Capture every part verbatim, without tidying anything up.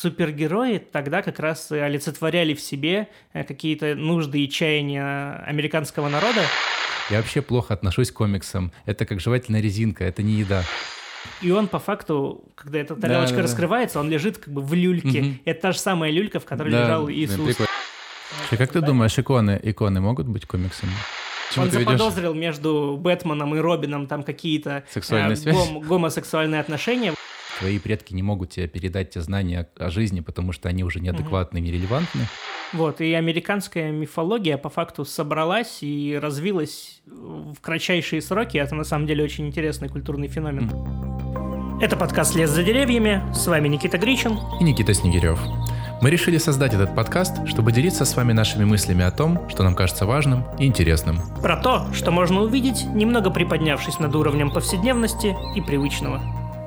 супергерои тогда как раз олицетворяли в себе какие-то нужды и чаяния американского народа. Я вообще плохо отношусь к комиксам. Это как жевательная резинка, это не еда. И он по факту, когда эта тарелочка да, да, раскрывается, да. он лежит как бы в люльке. Угу. Это та же самая люлька, в которой да, лежал Иисус. И как ты думаешь, иконы, иконы могут быть комиксами? Чему он заподозрил ведешь? Между Бэтменом и Робином там какие-то э, гом- гомосексуальные отношения. Твои предки не могут тебе передать те знания о жизни, потому что они уже неадекватны, угу. нерелевантны. Вот, и американская мифология по факту собралась и развилась в кратчайшие сроки. Это на самом деле очень интересный культурный феномен. Mm. Это подкаст «Лес за деревьями». С вами Никита Гричин и Никита Снегирев. Мы решили создать этот подкаст, чтобы делиться с вами нашими мыслями о том, что нам кажется важным и интересным. Про то, что можно увидеть, немного приподнявшись над уровнем повседневности и привычного.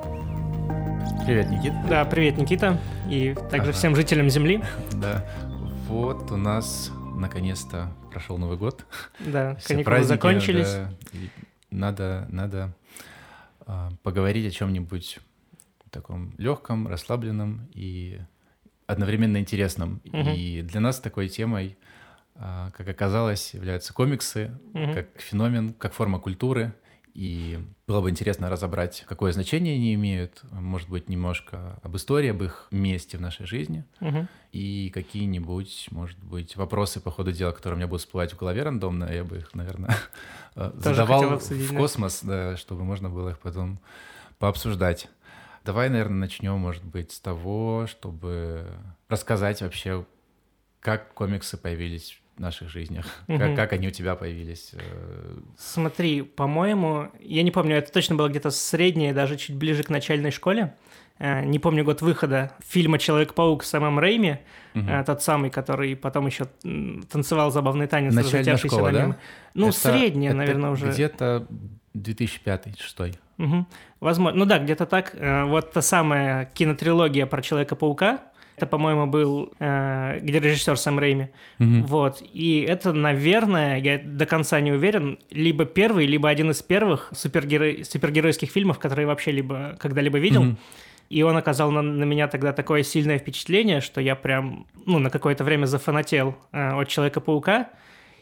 Привет, Никита. Да, привет, Никита. И также ага. всем жителям Земли. Да. Вот у нас наконец-то прошел Новый год. Да, все каникулы праздники, закончились. Да, надо, надо а, поговорить о чем-нибудь таком легком, расслабленном и одновременно интересном. Угу. И для нас такой темой, а, как оказалось, являются комиксы, угу. как феномен, как форма культуры. И было бы интересно разобрать, какое значение они имеют, может быть, немножко об истории, об их месте в нашей жизни, угу. и какие-нибудь, может быть, вопросы по ходу дела, которые у меня будут всплывать в голове рандомно, я бы их, наверное, задавал в космос, да, чтобы можно было их потом пообсуждать. Давай, наверное, начнем, может быть, с того, чтобы рассказать вообще, как комиксы появились в наших жизнях. Угу. Как, как они у тебя появились? Смотри, по-моему, я не помню, это точно было где-то среднее, даже чуть ближе к начальной школе. Не помню год выхода фильма «Человек-паук» с Сэмом Рэйми, угу. тот самый, который потом еще танцевал забавный танец, разлетевшийся на мемы. Ну, это, среднее, это наверное, уже. Где-то две тысячи пятый, две тысячи шестой. Угу. Возможно. Ну да, где-то так. Вот та самая кинотрилогия про Человека-паука. Это, по-моему, был, э, где режиссер Сэм Рэйми. Mm-hmm. Вот. И это, наверное, я до конца не уверен, либо первый, либо один из первых супергеро... супергеройских фильмов, которые вообще либо когда-либо видел. Mm-hmm. И он оказал на, на меня тогда такое сильное впечатление, что я прям, ну, на какое-то время зафанател э, от Человека-паука.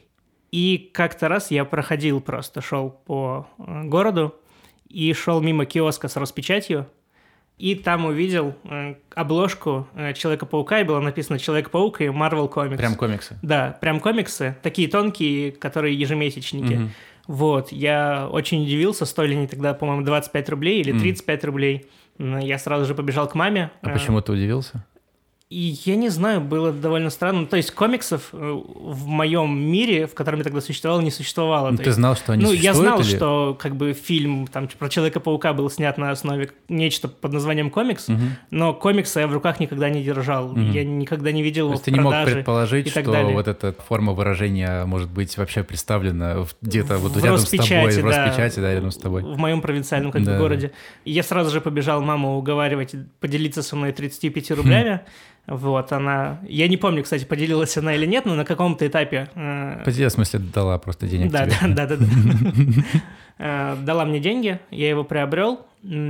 И как-то раз я проходил просто, шел по э, городу и шел мимо киоска с Роспечатью. И там увидел э, обложку э, Человека-паука, и было написано «Человек-паук» и Marvel Comics. Прям комиксы? Да, прям комиксы, такие тонкие, которые ежемесячники. Угу. Вот, я очень удивился, стоили они тогда, по-моему, двадцать пять рублей или тридцать пять угу. рублей. Я сразу же побежал к маме. А почему ты удивился? И я не знаю, было довольно странно. То есть комиксов в моем мире, в котором я тогда существовал, не существовало. Ну, ты есть, знал, что они ну, существуют? Я знал, или... что как бы фильм там, про Человека-паука был снят на основе нечто под названием комикс, угу. но комикса я в руках никогда не держал. Угу. Я никогда не видел его в продаже. То есть ты не мог предположить, что далее. Вот эта форма выражения может быть вообще представлена где-то вот в рядом с тобой, да, в Роспечати, да, рядом с тобой. В моем провинциальном как да. бы городе. И я сразу же побежал маму уговаривать поделиться со мной тридцатью пятью рублями. Вот, она... Я не помню, кстати, поделилась она или нет, но на каком-то этапе... Э... Поделилась, в смысле, дала просто денег да, тебе. Да, да, да. да. Дала мне деньги, я его приобрел,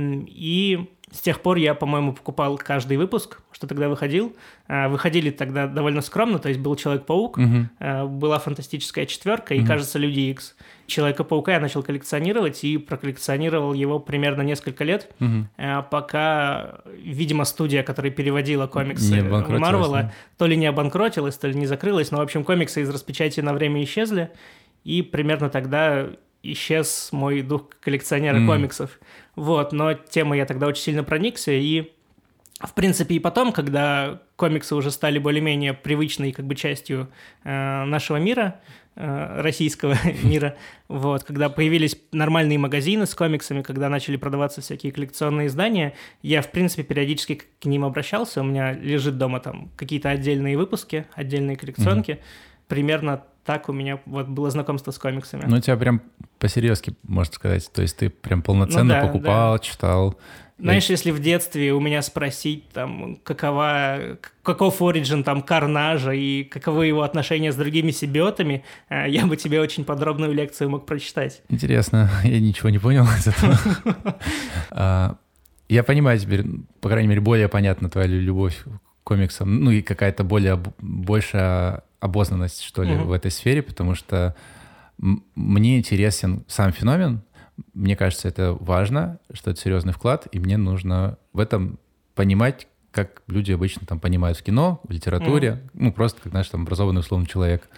и с тех пор я, по-моему, покупал каждый выпуск, что тогда выходил. Выходили тогда довольно скромно, то есть был Человек-паук, угу. была Фантастическая четверка и, угу. кажется, Люди Икс. Человека-паука я начал коллекционировать и проколлекционировал его примерно несколько лет, угу. пока, видимо, студия, которая переводила комиксы Марвела, то ли не обанкротилась, то ли не закрылась, но, в общем, комиксы из Роспечати на время исчезли, и примерно тогда исчез мой дух коллекционера mm. комиксов. Вот, но темой я тогда очень сильно проникся, и, в принципе, и потом, когда комиксы уже стали более-менее привычной как бы частью э, нашего мира, э, российского мира, вот, когда появились нормальные магазины с комиксами, когда начали продаваться всякие коллекционные издания, я, в принципе, периодически к ним обращался, у меня лежит дома там какие-то отдельные выпуски, отдельные коллекционки, mm. примерно так у меня вот было знакомство с комиксами. Ну, у тебя прям по-серьезки, можно сказать. То есть ты прям полноценно ну, да, покупал, да. читал. Знаешь, и... если в детстве у меня спросить, там, какова, каков оригин там Карнажа и каковы его отношения с другими симбиотами, я бы тебе очень подробную лекцию мог прочитать. Интересно, я ничего не понял из этого. Я понимаю теперь, по крайней мере, более понятна твоя любовь к комиксам, ну и какая-то более большая обознанность, что ли, mm-hmm. в этой сфере, потому что м- мне интересен сам феномен, мне кажется, это важно, что это серьезный вклад, и мне нужно в этом понимать, как люди обычно там понимают в кино, в литературе, mm-hmm. ну, просто, как, знаешь, там, образованный, условный человек.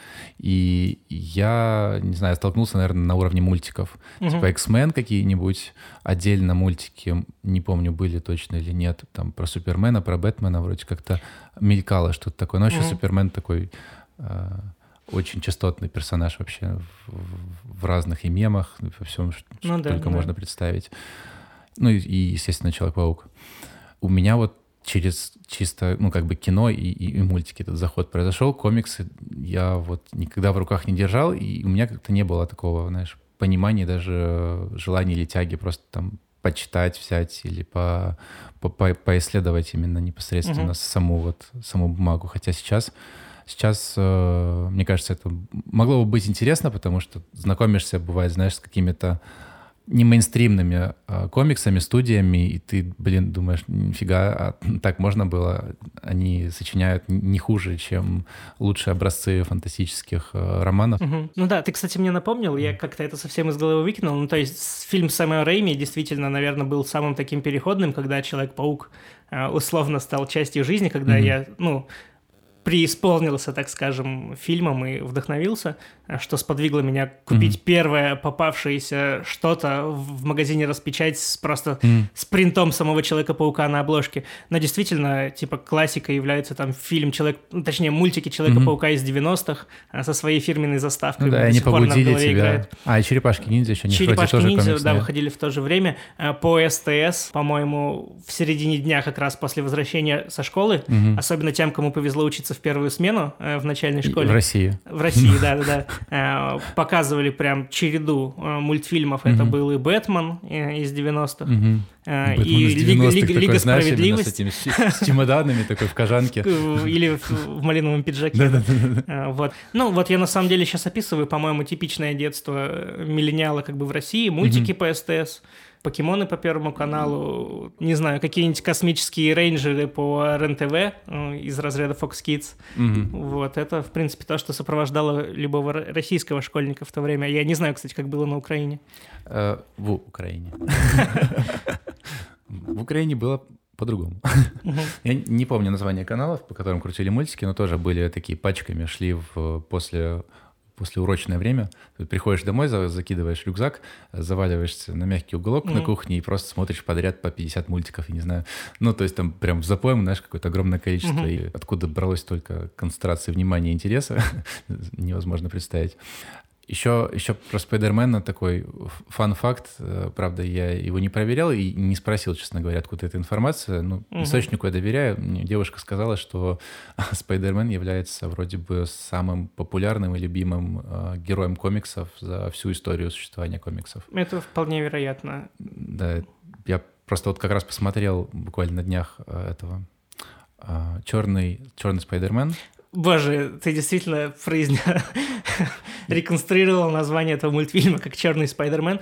И я, не знаю, столкнулся, наверное, на уровне мультиков. Mm-hmm. Типа X-Men какие-нибудь, отдельно мультики, не помню, были точно или нет, там, про Супермена, про Бэтмена вроде как-то мелькало что-то такое. Но вообще mm-hmm. Супермен такой э, очень частотный персонаж вообще в, в разных и мемах, во всем, что, ну, что да, только да. можно представить. Ну и, и, естественно, Человек-паук. У меня вот через чисто, ну, как бы кино и, и, и мультики этот заход произошел. Комиксы я вот никогда в руках не держал, и у меня как-то не было такого, знаешь, понимания, даже желания или тяги просто там почитать, взять или по, по, по, поисследовать именно непосредственно uh-huh. саму вот, саму бумагу. Хотя сейчас, сейчас, э, мне кажется, это могло бы быть интересно, потому что знакомишься, бывает, знаешь, с какими-то не мейнстримными а, комиксами, студиями, и ты, блин, думаешь, нифига, а так можно было. Они сочиняют не хуже, чем лучшие образцы фантастических а, романов. Угу. Ну да, ты, кстати, мне напомнил, я как-то это совсем из головы выкинул. Ну, то есть фильм Сэма Рэйми действительно, наверное, был самым таким переходным, когда Человек-паук а, условно стал частью жизни, когда угу. я, ну... преисполнился, так скажем, фильмом и вдохновился, что сподвигло меня купить mm-hmm. первое попавшееся что-то в магазине распечать с просто mm-hmm. с принтом самого Человека-паука на обложке. Но действительно, типа, классикой является там фильм Человек... Ну, точнее, мультики Человека-паука mm-hmm. из девяностых со своей фирменной заставкой. Ну да, они побудили тебя. Играют. А, и Черепашки-ниндзя еще не Черепашки-ниндзя, да, выходили в то же время. По СТС, по-моему, в середине дня как раз после возвращения со школы, mm-hmm. особенно тем, кому повезло учиться в первую смену э, в начальной школе. В России. В России, да-да-да. Э, показывали прям череду э, мультфильмов. Mm-hmm. Это был и «Бэтмен» э, из девяностых, mm-hmm. э, и Лига, Лига, Лига знаешь, справедливости. С, этими, с чемоданами такой в кожанке. Или в, в малиновом пиджаке. Вот. Ну, вот я на самом деле сейчас описываю, по-моему, типичное детство миллениала как бы в России, мультики по СТС. Покемоны по Первому каналу, не знаю, какие-нибудь космические рейнджеры по РЕН-ТВ из разряда Fox Kids. Mm-hmm. Вот, это, в принципе, то, что сопровождало любого российского школьника в то время. Я не знаю, кстати, как было на Украине. Uh, в Украине. В Украине было по-другому. Uh-huh. Я не помню название каналов, по которым крутили мультики, но тоже были такие пачками, шли в, после... послеурочное время, ты приходишь домой, закидываешь рюкзак, заваливаешься на мягкий уголок mm-hmm. на кухне и просто смотришь подряд по пятьдесят мультиков, я не знаю. Ну, то есть там прям в запоем, знаешь, какое-то огромное количество. Mm-hmm. И откуда бралось только концентрация внимания и интереса, невозможно представить. Еще, еще про Спайдермена такой фан-факт. Правда, я его не проверял и не спросил, честно говоря, откуда эта информация. Ну, угу. источнику я доверяю. Мне девушка сказала, что Спайдермен является вроде бы самым популярным и любимым э, героем комиксов за всю историю существования комиксов. Это вполне вероятно. Да, я просто вот как раз посмотрел буквально на днях этого э, черный, черный Спайдермен. Боже, ты действительно произнес, реконструировал название этого мультфильма как «Черный Спайдермен».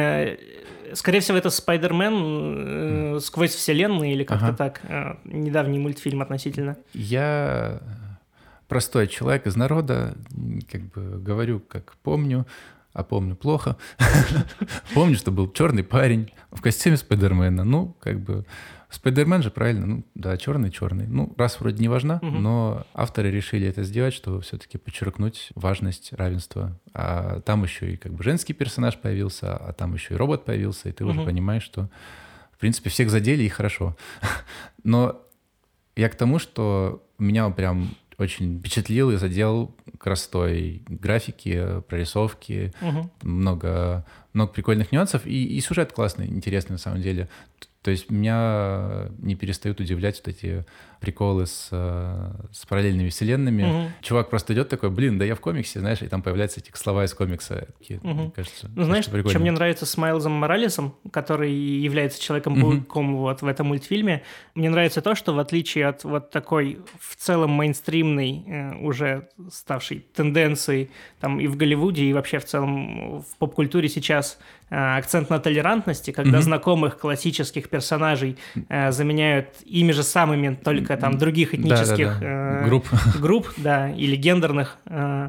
Скорее всего, это «Спайдермен сквозь вселенные» или как-то ага. так. Недавний мультфильм относительно. Я простой человек из народа, как бы говорю, как помню, а помню плохо. Помню, что был черный парень в костюме Спайдермена. Ну, как бы... Спайдермен же, правильно? Ну, да, черный-черный. Ну, раз вроде не важна, угу. но авторы решили это сделать, чтобы все-таки подчеркнуть важность равенства. А там еще и как бы женский персонаж появился, а там еще и робот появился, и ты угу. уже понимаешь, что, в принципе, всех задели, и хорошо. Но я к тому, что меня прям очень впечатлил и задел красотой графики, прорисовки, угу. много, много прикольных нюансов, и, и сюжет классный, интересный на самом деле. То есть меня не перестают удивлять вот эти приколы с, с параллельными вселенными. Угу. Чувак просто идет такой, блин, да я в комиксе, знаешь, и там появляются эти слова из комикса. Такие, угу. Мне кажется, ну, знаешь, что мне нравится с Майлзом Моралесом, который является Человеком-пауком угу. вот в этом мультфильме, мне нравится то, что в отличие от вот такой в целом мейнстримной, э, уже ставшей тенденцией там и в Голливуде, и вообще в целом в поп-культуре сейчас э, акцент на толерантности, когда угу. знакомых классических персонажей э, заменяют ими же самыми, только несколько там других этнических да, да, да. Э, групп. групп, да, или гендерных. Э,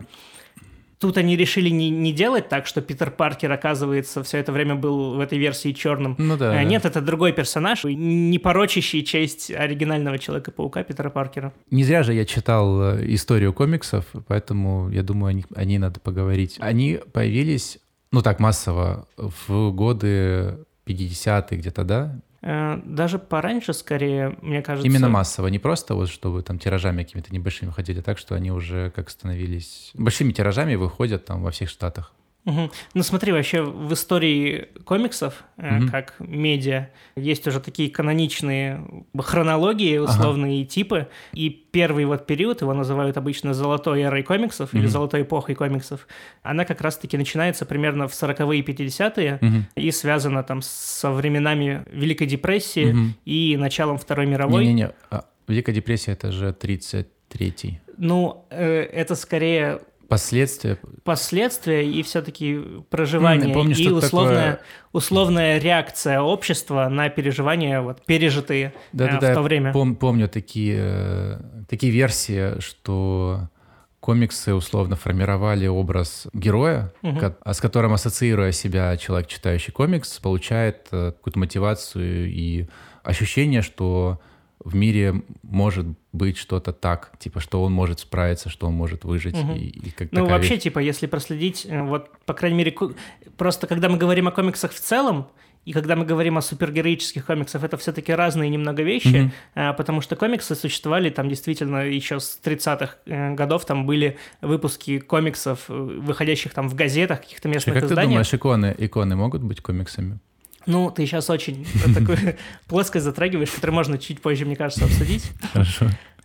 Тут они решили не, не делать так, что Питер Паркер, оказывается, все это время был в этой версии черным. Ну да. А, да. Нет, это другой персонаж, не порочащий честь оригинального Человека-паука Питера Паркера. Не зря же я читал историю комиксов, поэтому я думаю, о них, о ней надо поговорить. Они появились, ну так, массово, в годы пятидесятые где-то, да? Даже пораньше, скорее, мне кажется... Именно массово, не просто вот чтобы там тиражами какими-то небольшими выходили, так что они уже как становились... Большими тиражами выходят там во всех штатах. Угу. Ну смотри, вообще в истории комиксов, угу. как медиа, есть уже такие каноничные хронологии, условные ага. типы, и первый вот период, его называют обычно золотой эрой комиксов угу. или золотой эпохой комиксов, она как раз-таки начинается примерно в сороковые и пятидесятые угу. и связана там со временами Великой депрессии угу. и началом Второй мировой. Не-не-не, а Великая депрессия — это же тридцать третий. Ну, э, это скорее... Последствия. Последствия и все-таки проживание. Помню, и условная, такое... условная реакция общества на переживания, вот, пережитые да, э, да, в да, то время. Пом- помню такие, такие версии, что комиксы условно формировали образ героя, угу. ко- с которым, ассоциируя себя, человек, читающий комикс, получает какую-то мотивацию и ощущение, что в мире может быть что-то так, типа, что он может справиться, что он может выжить. Угу. И, и как ну, вообще, вещь. типа, если проследить, вот, по крайней мере, просто когда мы говорим о комиксах в целом, и когда мы говорим о супергероических комиксах, это все-таки разные немного вещи, mm-hmm. потому что комиксы существовали там действительно еще с тридцатых годов, там были выпуски комиксов, выходящих там в газетах, каких-то местных как изданиях. Как ты думаешь, иконы, иконы могут быть комиксами? Ну, ты сейчас очень такую плоскость затрагиваешь, которую можно чуть позже, мне кажется, обсудить. Хорошо.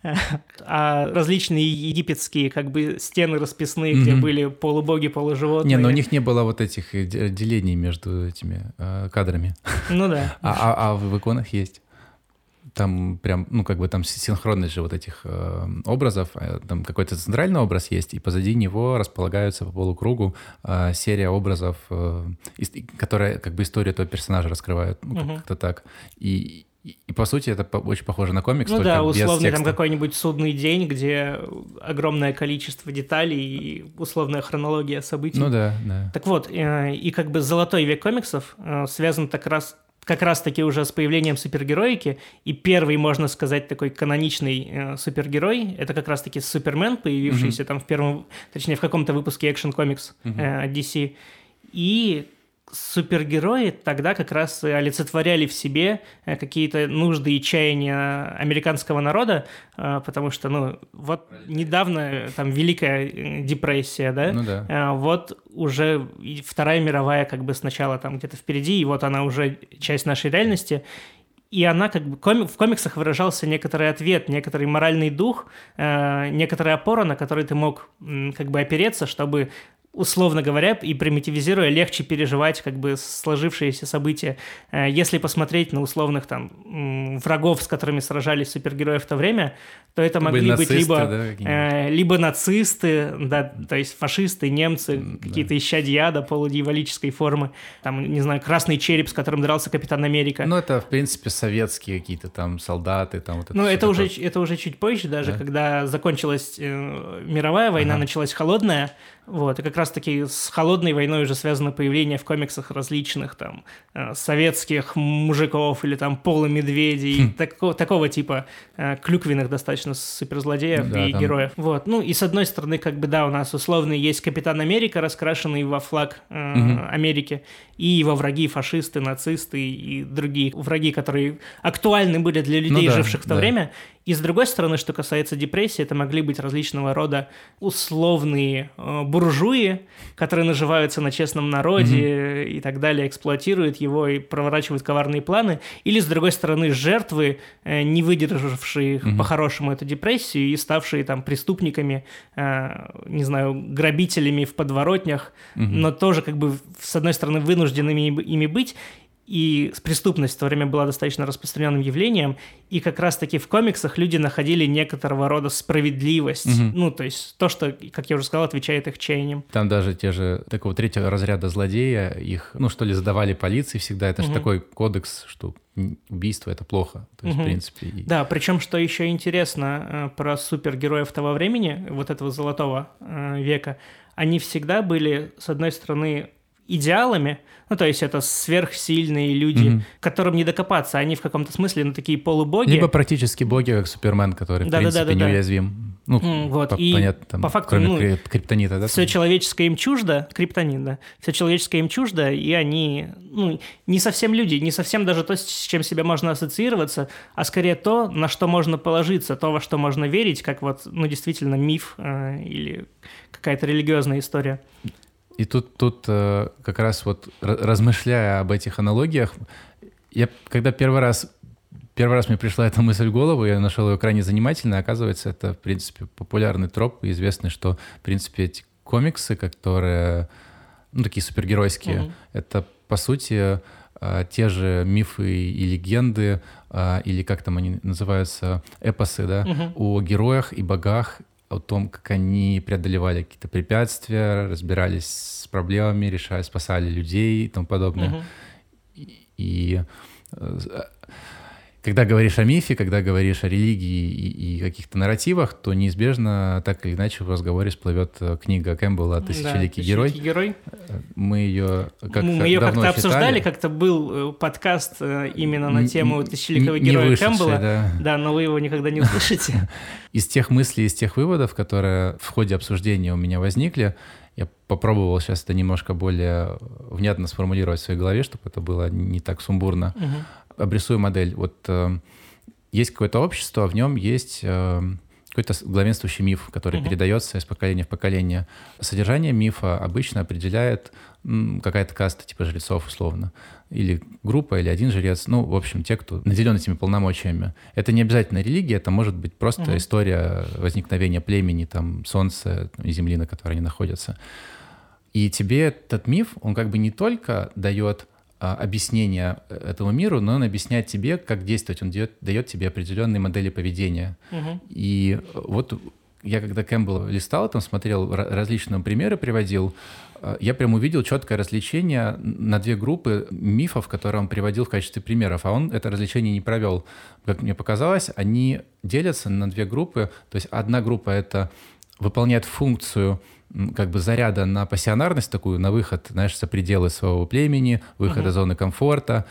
А различные египетские как бы стены расписные, где mm-hmm. были полубоги, полуживотные. Не, но у них не было вот этих делений между этими э, кадрами. Ну да. А, а, а в иконах есть. Там прям, ну, как бы там синхронность же вот этих э, образов. Там какой-то центральный образ есть, и позади него располагаются по полукругу э, серия образов, э, которые как бы историю этого персонажа раскрывают. Ну, uh-huh. как-то так. И, и, и, по сути, это по- очень похоже на комикс. Ну да, условно там какой-нибудь судный день, где огромное количество деталей и условная хронология событий. Ну да, да. Так вот, э, и как бы золотой век комиксов э, связан так раз... как раз-таки уже с появлением супергероики, и первый, можно сказать, такой каноничный э, супергерой, это как раз-таки Супермен, появившийся mm-hmm. там в первом, точнее, в каком-то выпуске Action Comics mm-hmm. э, ди си, и супергерои тогда как раз олицетворяли в себе какие-то нужды и чаяния американского народа, потому что, ну, вот недавно там Великая депрессия, да, ну да. Вот уже Вторая мировая как бы сначала там где-то впереди, и вот она уже часть нашей реальности. И она как бы коми- в комиксах выражался некоторый ответ, некоторый моральный дух, э, некоторая опора, на который ты мог м, как бы опереться, чтобы, условно говоря, и примитивизируя, легче переживать как бы сложившиеся события. Э, если посмотреть на условных там м, врагов, с которыми сражались супергерои в то время, то это, это могли быть либо, да, э, либо нацисты, да, то есть фашисты, немцы, да. какие-то исчадья до полудьяволической формы, там, не знаю, красный череп, с которым дрался Капитан Америка. Ну, это, в принципе, советские какие-то там солдаты. Там, вот это ну, это уже, такое. это уже чуть позже даже, да? Когда закончилась э, мировая война, ага. началась холодная, вот, и как раз-таки с холодной войной уже связано появление в комиксах различных там э, советских мужиков или там полумедведей, хм. тако, такого типа э, клюквенных достаточно суперзлодеев да, и там... героев. Вот. Ну и с одной стороны, как бы да, у нас условно есть Капитан Америка, раскрашенный во флаг э, угу. Америки, и его враги, фашисты, нацисты и другие враги, которые актуальны были для людей, ну, да, живших в то да. время. И с другой стороны, что касается депрессии, это могли быть различного рода условные э, буржуи, которые наживаются на честном народе mm-hmm. и так далее, эксплуатируют его и проворачивают коварные планы. Или, с другой стороны, жертвы, э, не выдержавшие mm-hmm. по-хорошему эту депрессию и ставшие там преступниками, э, не знаю, грабителями в подворотнях, mm-hmm. но тоже как бы с одной стороны вынужденными ими быть. и преступность в то время была достаточно распространенным явлением, и как раз-таки в комиксах люди находили некоторого рода справедливость, угу. ну, то есть то, что, как я уже сказал, отвечает их чаяниям. Там даже те же такого третьего разряда злодея, их, ну, что ли, задавали полиции всегда, это угу. же такой кодекс, что убийство — это плохо, то есть, угу. в принципе. И... Да, причем, что еще интересно э, про супергероев того времени, вот этого золотого э, века, они всегда были, с одной стороны, идеалами, ну, то есть это сверхсильные люди, mm-hmm. которым не докопаться, они в каком-то смысле, ну, такие полубоги. Либо практически боги, как Супермен, который, да, в принципе, да, да, да, неуязвим. Ну, mm, вот. по, и понятно, там, по факту, кроме ну, крип- криптонита, да? Все человеческое им чуждо, криптонит, да, все человеческое им чуждо, и они, ну, не совсем люди, не совсем даже то, с чем себя можно ассоциироваться, а скорее то, на что можно положиться, то, во что можно верить, как вот, ну, действительно, миф э, или какая-то религиозная история. И тут, тут э, как раз вот размышляя об этих аналогиях, я когда первый раз, первый раз мне пришла эта мысль в голову, я нашел ее крайне занимательной, оказывается, это, в принципе, популярный троп, и известный, что, в принципе, эти комиксы, которые, ну, такие супергеройские, mm-hmm. это, по сути, э, те же мифы и легенды, э, или как там они называются, эпосы, да, mm-hmm. о героях и богах, о том, как они преодолевали какие-то препятствия, разбирались с проблемами, решали, спасали людей и тому подобное. Uh-huh. И, и когда говоришь о мифе, когда говоришь о религии и, и каких-то нарративах, то неизбежно так или иначе в разговоре всплывет книга Кэмпбелла «Тысячеликий, да, герой». «Тысячеликий герой». Мы ее как Мы ее как-то обсуждали, как-то был подкаст именно на тему «Тысячеликого героя» Кэмпбелла. Да. да, но вы его никогда не услышите. Из тех мыслей, из тех выводов, которые в ходе обсуждения у меня возникли, я попробовал сейчас это немножко более внятно сформулировать в своей голове, чтобы это было не так сумбурно. Угу. Обрисую модель. Вот э, есть какое-то общество, в нем есть э, какой-то главенствующий миф, который угу. передается из поколения в поколение. Содержание мифа обычно определяет м, какая-то каста типа жрецов условно. Или группа, или один жрец. Ну, в общем, те, кто наделен этими полномочиями. Это не обязательно религия, это может быть просто угу. история возникновения племени, там, солнца и земли, на которой они находятся. И тебе этот миф, он как бы не только дает а, объяснение этому миру, но он объясняет тебе, как действовать. Он дает, дает тебе определенные модели поведения. Угу. И вот я когда Кэмпбелла листал, там смотрел различные примеры, приводил, я прям увидел четкое различение на две группы мифов, которые он приводил в качестве примеров, а он это различение не провел. Как мне показалось, они делятся на две группы. То есть одна группа — это выполняет функцию как бы заряда на пассионарность такую, на выход, знаешь, за пределы своего племени, выход uh-huh. из зоны комфорта,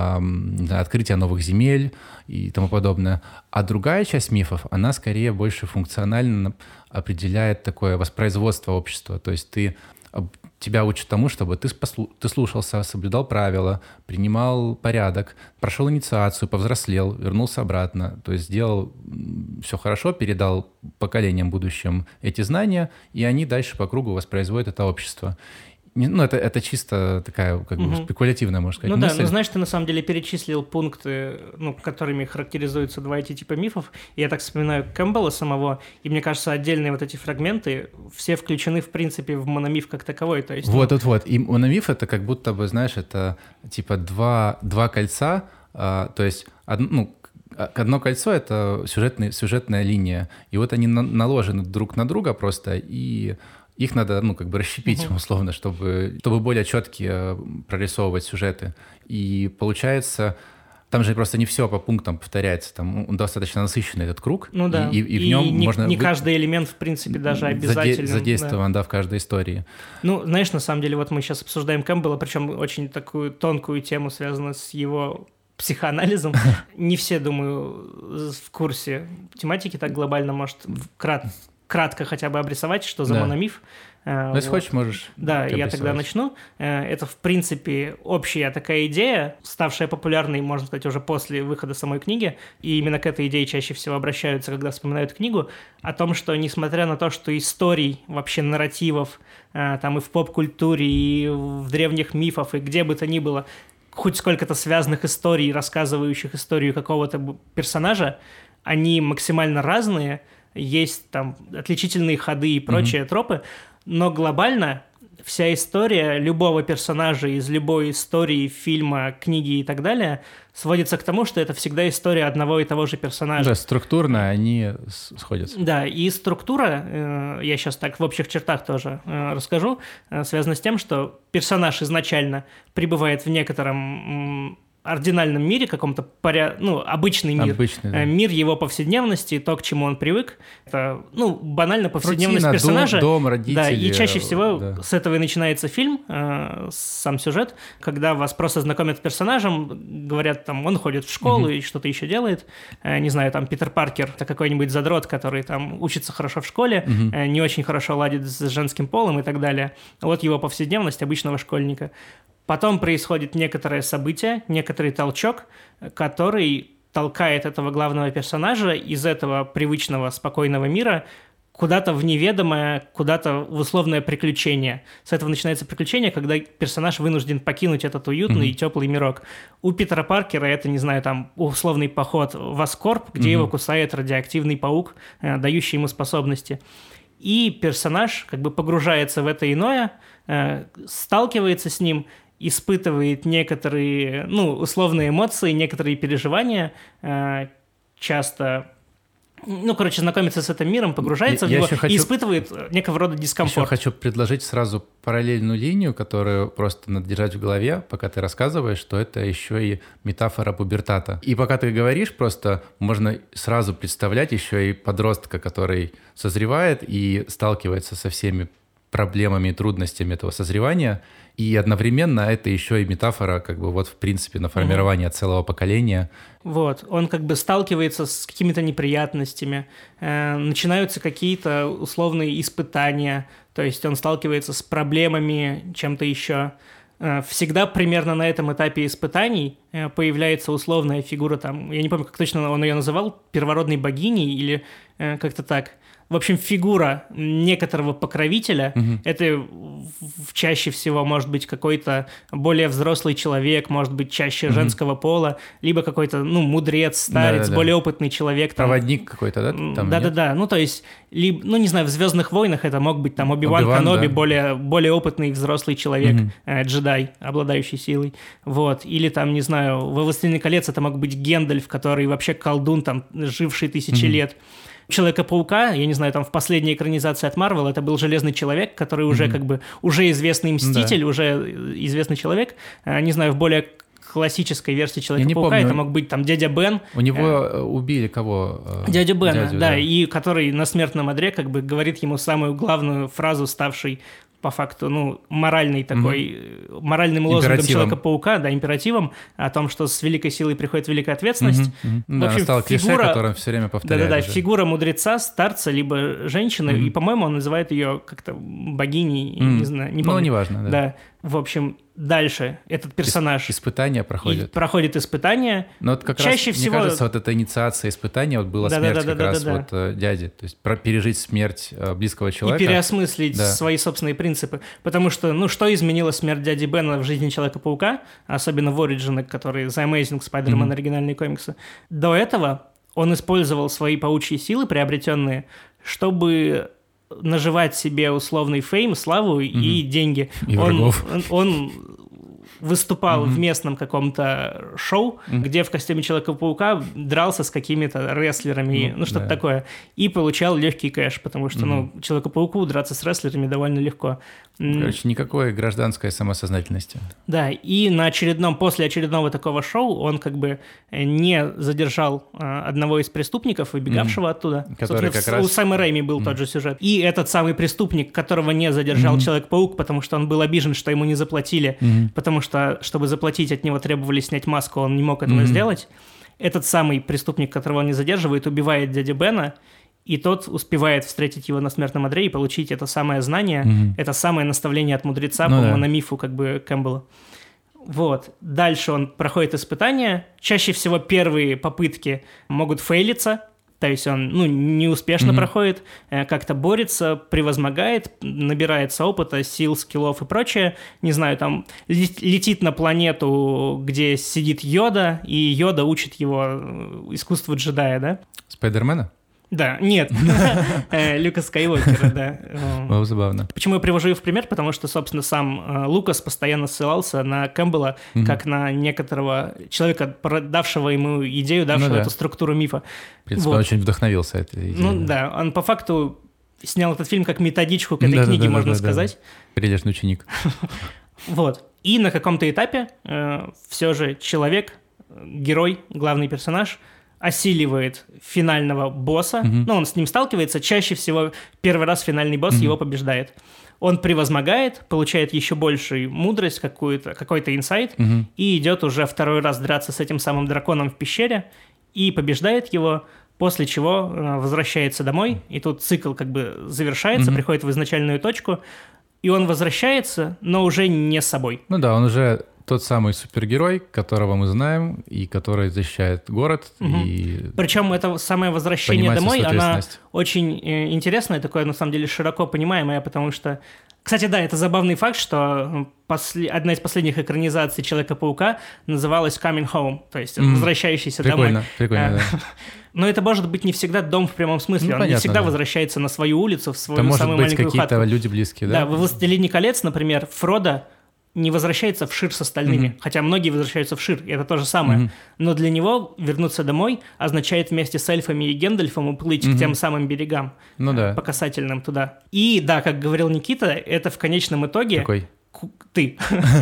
эм, открытие новых земель и тому подобное. А другая часть мифов, она скорее больше функционально определяет такое воспроизводство общества. То есть ты, тебя учат тому, чтобы ты, послу, ты слушался, соблюдал правила, принимал порядок, прошел инициацию, повзрослел, вернулся обратно. То есть сделал все хорошо, передал поколениям будущим эти знания, и они дальше по кругу воспроизводят это общество. Ну, это, это чисто такая, как бы, угу. спекулятивная, можно сказать, ну, мысль. Да, ну, знаешь, ты на самом деле перечислил пункты, ну, которыми характеризуются два эти типа мифов. И я так вспоминаю Кэмпбелла самого, и мне кажется, отдельные вот эти фрагменты все включены, в принципе, в мономиф как таковой. То есть, вот, ну... вот, вот. И мономиф — это как будто бы, знаешь, это типа два, два кольца, а, то есть, од, ну, одно кольцо — это сюжетный, сюжетная линия, и вот они на, наложены друг на друга просто, и их надо, ну, как бы расщепить, uh-huh. условно, чтобы, чтобы более четкие прорисовывать сюжеты. И получается, там же просто не все по пунктам повторяется, там он достаточно насыщенный этот круг. Ну да, и, и, и в нем и не, можно... не каждый элемент, в принципе, даже обязательно. Задействован, да. да, в каждой истории. Ну, знаешь, на самом деле, вот мы сейчас обсуждаем Кэмпбелла, причем очень такую тонкую тему, связанную с его психоанализом. Не все, думаю, в курсе тематики так глобально, может, крат, кратко хотя бы обрисовать, что за да. мономиф. Ну, вот. Если хочешь, можешь. Да, я тогда начну. Это, в принципе, общая такая идея, ставшая популярной, можно сказать, уже после выхода самой книги, и именно к этой идее чаще всего обращаются, когда вспоминают книгу, о том, что, несмотря на то, что историй, вообще нарративов, там и в поп-культуре, и в древних мифах, и где бы то ни было, хоть сколько-то связанных историй, рассказывающих историю какого-то персонажа, они максимально разные, есть там отличительные ходы и прочие mm-hmm. тропы, но глобально вся история любого персонажа из любой истории, фильма, книги и так далее сводится к тому, что это всегда история одного и того же персонажа. Да, структурно они сходятся. Да, и структура, э, я сейчас так в общих чертах тоже э, расскажу, э, связана с тем, что персонаж изначально пребывает в некотором... М- ординальном мире, каком-то поряд... ну, обычный мир. Обычный, да. Мир его повседневности, то, к чему он привык. Это, ну, банально повседневность Рутина, персонажа. Дом, дом, родители. Да, и чаще всего да. с этого и начинается фильм, э, сам сюжет, когда вас просто знакомят с персонажем, говорят, там, он ходит в школу mm-hmm. и что-то еще делает. Э, не знаю, там, Питер Паркер, это какой-нибудь задрот, который там учится хорошо в школе, mm-hmm. э, не очень хорошо ладит с женским полом и так далее. Вот его повседневность обычного школьника. Потом происходит некоторое событие, некоторый толчок, который толкает этого главного персонажа из этого привычного спокойного мира куда-то в неведомое, куда-то в условное приключение. С этого начинается приключение, когда персонаж вынужден покинуть этот уютный mm-hmm. и теплый мирок. У Питера Паркера это, не знаю, там, условный поход в Аскорб, где mm-hmm. его кусает радиоактивный паук, дающий ему способности. И персонаж как бы погружается в это иное, сталкивается с ним, испытывает некоторые, ну, условные эмоции, некоторые переживания, э, часто, ну, короче, знакомится с этим миром, погружается я, в него хочу, и испытывает некого рода дискомфорт. Еще хочу предложить сразу параллельную линию, которую просто надо держать в голове, пока ты рассказываешь, что это еще и метафора пубертата. И пока ты говоришь, просто можно сразу представлять еще и подростка, который созревает и сталкивается со всеми проблемами и трудностями этого созревания, и одновременно это еще и метафора, как бы вот в принципе на формирование mm-hmm. целого поколения. Вот, он как бы сталкивается с какими-то неприятностями, э, начинаются какие-то условные испытания, то есть он сталкивается с проблемами, чем-то еще. Э, всегда примерно на этом этапе испытаний э, появляется условная фигура, там, я не помню, как точно он ее называл, первородной богиней или э, как-то так. В общем, фигура некоторого покровителя, угу. это чаще всего может быть какой-то более взрослый человек, может быть чаще угу. женского пола, либо какой-то, ну, мудрец, старец, да, да, более да. опытный человек. Там, проводник какой-то, да? Да-да-да, ну, то есть, либо, ну, не знаю, в «Звездных войнах» это мог быть там Оби-Ван, Оби-Ван Каноби, да. более, более опытный взрослый человек, угу. э, джедай, обладающий силой, вот, или там, не знаю, во «Властелине колец» это мог быть Гендальф, который вообще колдун, там, живший тысячи угу. лет. Человека-паука, я не знаю, там в последней экранизации от Марвел это был Железный Человек, который уже mm-hmm. как бы уже известный Мститель, да. уже известный человек. Не знаю, в более классической версии Человека-паука это мог быть там дядя Бен. У него убили кого? Дядю Бена, Дядю, да, да, и который на смертном одре как бы говорит ему самую главную фразу, ставшей по факту, ну, моральный такой, mm-hmm. моральным лозунгом Человека-паука, да, императивом о том, что с великой силой приходит великая ответственность. Mm-hmm. Mm-hmm. В общем, да, стало клише, фигура, которое все время повторяет. Да-да-да, фигура мудреца, старца, либо женщины, mm-hmm. и, по-моему, он называет ее как-то богиней, mm-hmm. не знаю, не помню. Ну, неважно, да. Да. В общем, дальше этот персонаж... Испытания проходят. Проходит испытания. Но вот как Чаще раз, всего... мне кажется, вот эта инициация испытания, вот была да, смерть да, да, как да, раз да, да. вот э, дяди. То есть про пережить смерть э, близкого человека. И переосмыслить да. свои собственные принципы. Потому что, ну, что изменила смерть дяди Бена в жизни Человека-паука, особенно в Origin, который The Amazing Spider-Man, mm-hmm. оригинальные комиксы, до этого он использовал свои паучьи силы, приобретенные, чтобы... наживать себе условный фейм, славу mm-hmm. и деньги. И он, врагов. Он, он выступал mm-hmm. в местном каком-то шоу, mm-hmm. где в костюме Человека-паука дрался с какими-то рестлерами, mm-hmm. ну, что-то да. такое, и получал легкий кэш, потому что, mm-hmm. ну, Человеку-пауку драться с рестлерами довольно легко. Короче, никакой гражданской самосознательности. Да, и на очередном, после очередного такого шоу он как бы не задержал а, одного из преступников, выбегавшего mm-hmm. оттуда. Который как в, раз... У Сэма Рэйми был mm-hmm. тот же сюжет. И этот самый преступник, которого не задержал mm-hmm. Человек-паук, потому что он был обижен, что ему не заплатили, mm-hmm. потому что, чтобы заплатить, от него требовали снять маску, он не мог этого mm-hmm. сделать. Этот самый преступник, которого он не задерживает, убивает дядю Бена, и тот успевает встретить его на смертном одре и получить это самое знание, mm-hmm. это самое наставление от мудреца ну, по да. мономифу как бы Кэмпбелла. Вот. Дальше он проходит испытания. Чаще всего первые попытки могут фейлиться, то есть он ну, неуспешно mm-hmm. проходит, как-то борется, превозмогает, набирается опыта, сил, скиллов и прочее. Не знаю, там летит на планету, где сидит Йода, и Йода учит его искусству джедая, да? Спайдермена? Да, нет, Люка Скайуокера, да. Было забавно. Почему я привожу его в пример? Потому что, собственно, сам Лукас постоянно ссылался на Кэмпбелла mm-hmm. как на некоторого человека, продавшего ему идею, давшего ну, да. эту структуру мифа. В принципе, вот. Он очень вдохновился этой идеей. Ну да, он по факту снял этот фильм как методичку к этой да, книге, да, можно да, сказать. Да. Прилежный ученик. Вот. И на каком-то этапе э, все же человек, герой, главный персонаж, осиливает финального босса. Mm-hmm. Ну, он с ним сталкивается. Чаще всего первый раз финальный босс mm-hmm. его побеждает. Он превозмогает, получает еще большую мудрость, какую-то, какой-то инсайт, mm-hmm. и идет уже второй раз драться с этим самым драконом в пещере и побеждает его, после чего возвращается домой. И тут цикл как бы завершается, mm-hmm. приходит в изначальную точку, и он возвращается, но уже не с собой. Ну да, он уже тот самый супергерой, которого мы знаем, и который защищает город. Угу. И причем это самое возвращение домой, оно очень э, интересное, такое на самом деле широко понимаемое, потому что... Кстати, да, это забавный факт, что после... одна из последних экранизаций Человека-паука называлась «Coming Home», то есть mm. «Возвращающийся прикольно, домой». Прикольно, да. Но это может быть не всегда дом в прямом смысле, ну, он понятно, не всегда да. возвращается на свою улицу, в свою это самую маленькую хатку. Может быть какие-то люди близкие, да? Да, в «Властелине колец», например, Фродо не возвращается в Шир с остальными, mm-hmm. хотя многие возвращаются в Шир, и это то же самое. Mm-hmm. Но для него вернуться домой означает вместе с эльфами и Гэндальфом уплыть mm-hmm. к тем самым берегам, ну, да. по касательным туда. И да, как говорил Никита, это в конечном итоге... Какой? Ты.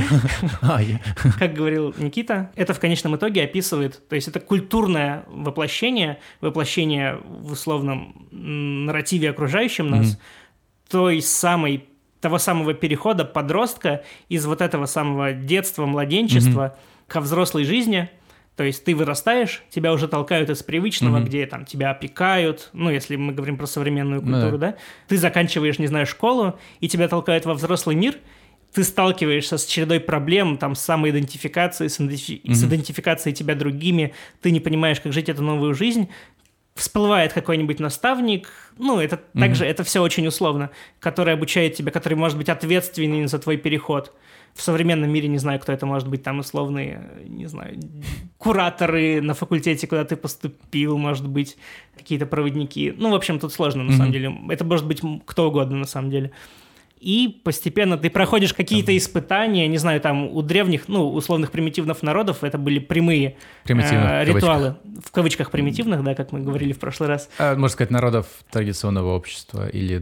Как говорил Никита, это в конечном итоге описывает, то есть это культурное воплощение, воплощение в условном нарративе окружающем нас, той самой того самого перехода подростка из вот этого самого детства, младенчества mm-hmm. ко взрослой жизни. То есть ты вырастаешь, тебя уже толкают из привычного, mm-hmm. где там тебя опекают, ну, если мы говорим про современную культуру, mm-hmm. да? Ты заканчиваешь, не знаю, школу, и тебя толкают во взрослый мир, ты сталкиваешься с чередой проблем, там, с самоидентификацией, с, иденти- mm-hmm. с идентификацией тебя другими, ты не понимаешь, как жить эту новую жизнь. Всплывает какой-нибудь наставник, ну, это mm-hmm. также, это все очень условно, который обучает тебя, который может быть ответственен за твой переход. В современном мире, не знаю, кто это может быть, там условные, не знаю, кураторы на факультете, куда ты поступил, может быть, какие-то проводники. Ну, в общем, тут сложно, на mm-hmm. самом деле. Это может быть кто угодно, на самом деле. И постепенно ты проходишь какие-то испытания, не знаю, там у древних, ну, условных примитивных народов это были прямые э, ритуалы. В кавычках примитивных, да, как мы говорили в прошлый раз. А, можно сказать, народов традиционного общества или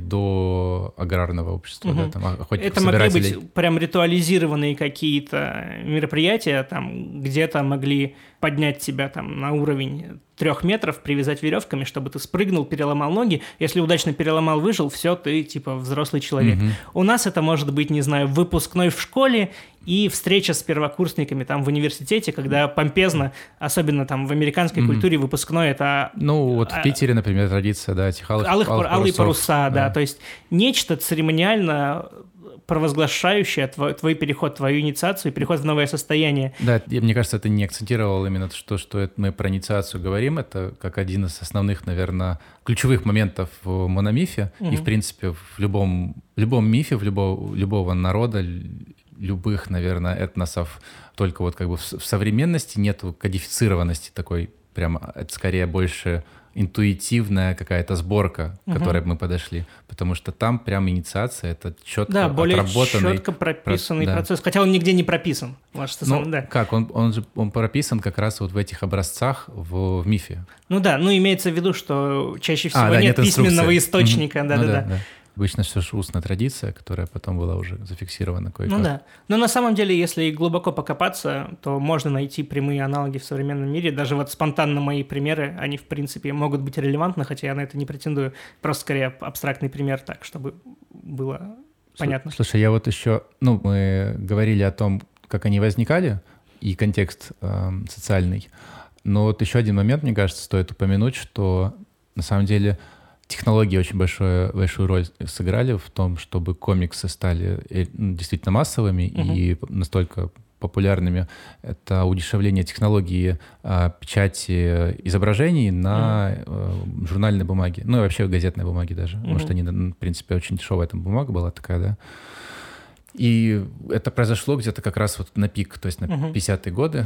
до аграрного общества, угу. да, там охотников, это могли быть прям ритуализированные какие-то мероприятия, там где-то могли поднять тебя там на уровень трех метров, привязать веревками, чтобы ты спрыгнул, переломал ноги. Если удачно переломал, выжил, все, ты типа взрослый человек. Mm-hmm. У нас это может быть, не знаю, выпускной в школе и встреча с первокурсниками там в университете, когда помпезно, особенно там в американской mm-hmm. культуре, выпускной это... Ну, вот в Питере, например, традиция, да, этих алых, алых, алых алые паруса, да. да, то есть нечто церемониально провозглашающее твой, твой переход, твою инициацию, переход в новое состояние. Да, мне кажется, ты не акцентировал именно то, что это мы про инициацию говорим. Это как один из основных, наверное, ключевых моментов в мономифе. Угу. И, в принципе, в любом, любом мифе, в любого, любого народа, любых, наверное, этносов, только вот как бы в современности нету кодифицированности такой, прямо, это скорее больше... интуитивная какая-то сборка, к которой угу. мы подошли, потому что там прям инициация, это четко да, более отработанный... четко прописанный про... процесс, да. Хотя он нигде не прописан. Может, ну, сам, да. как? Он, он же он прописан как раз вот в этих образцах в, в мифе. Ну да, ну имеется в виду, что чаще всего а, да, нет, нет письменного источника. Mm-hmm. Да-да-да. Ну, да, да. Обычно все же устная традиция, которая потом была уже зафиксирована кое-как. Ну да. Но на самом деле, если глубоко покопаться, то можно найти прямые аналоги в современном мире. Даже вот спонтанно мои примеры, они в принципе могут быть релевантны, хотя я на это не претендую. Просто скорее абстрактный пример так, чтобы было понятно. Слушай, я вот еще... Ну, мы говорили о том, как они возникали, и контекст э, социальный. Но вот еще один момент, мне кажется, стоит упомянуть, что на самом деле... Технологии очень большую, большую роль сыграли в том, чтобы комиксы стали действительно массовыми uh-huh. и настолько популярными. Это удешевление технологии а, печати изображений на uh-huh. а, журнальной бумаге, ну и вообще газетной бумаге даже, uh-huh. потому что они, в принципе, очень дешевая там бумага была такая, да. И это произошло где-то как раз вот на пик, то есть на uh-huh. пятидесятые годы.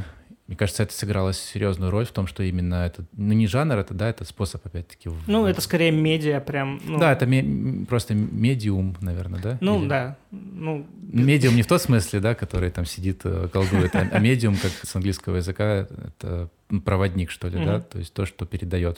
мне кажется, это сыграло серьезную роль в том, что именно это, ну не жанр, это, да, это способ, опять-таки. Ну, в... это скорее медиа прям. Ну... Да, это ме- просто медиум, наверное, да? Ну, Или... да. Ну... Медиум не в том смысле, да, который там сидит, колдует, а, а медиум, как с английского языка, это проводник, что ли, mm-hmm. да, то есть то, что передает.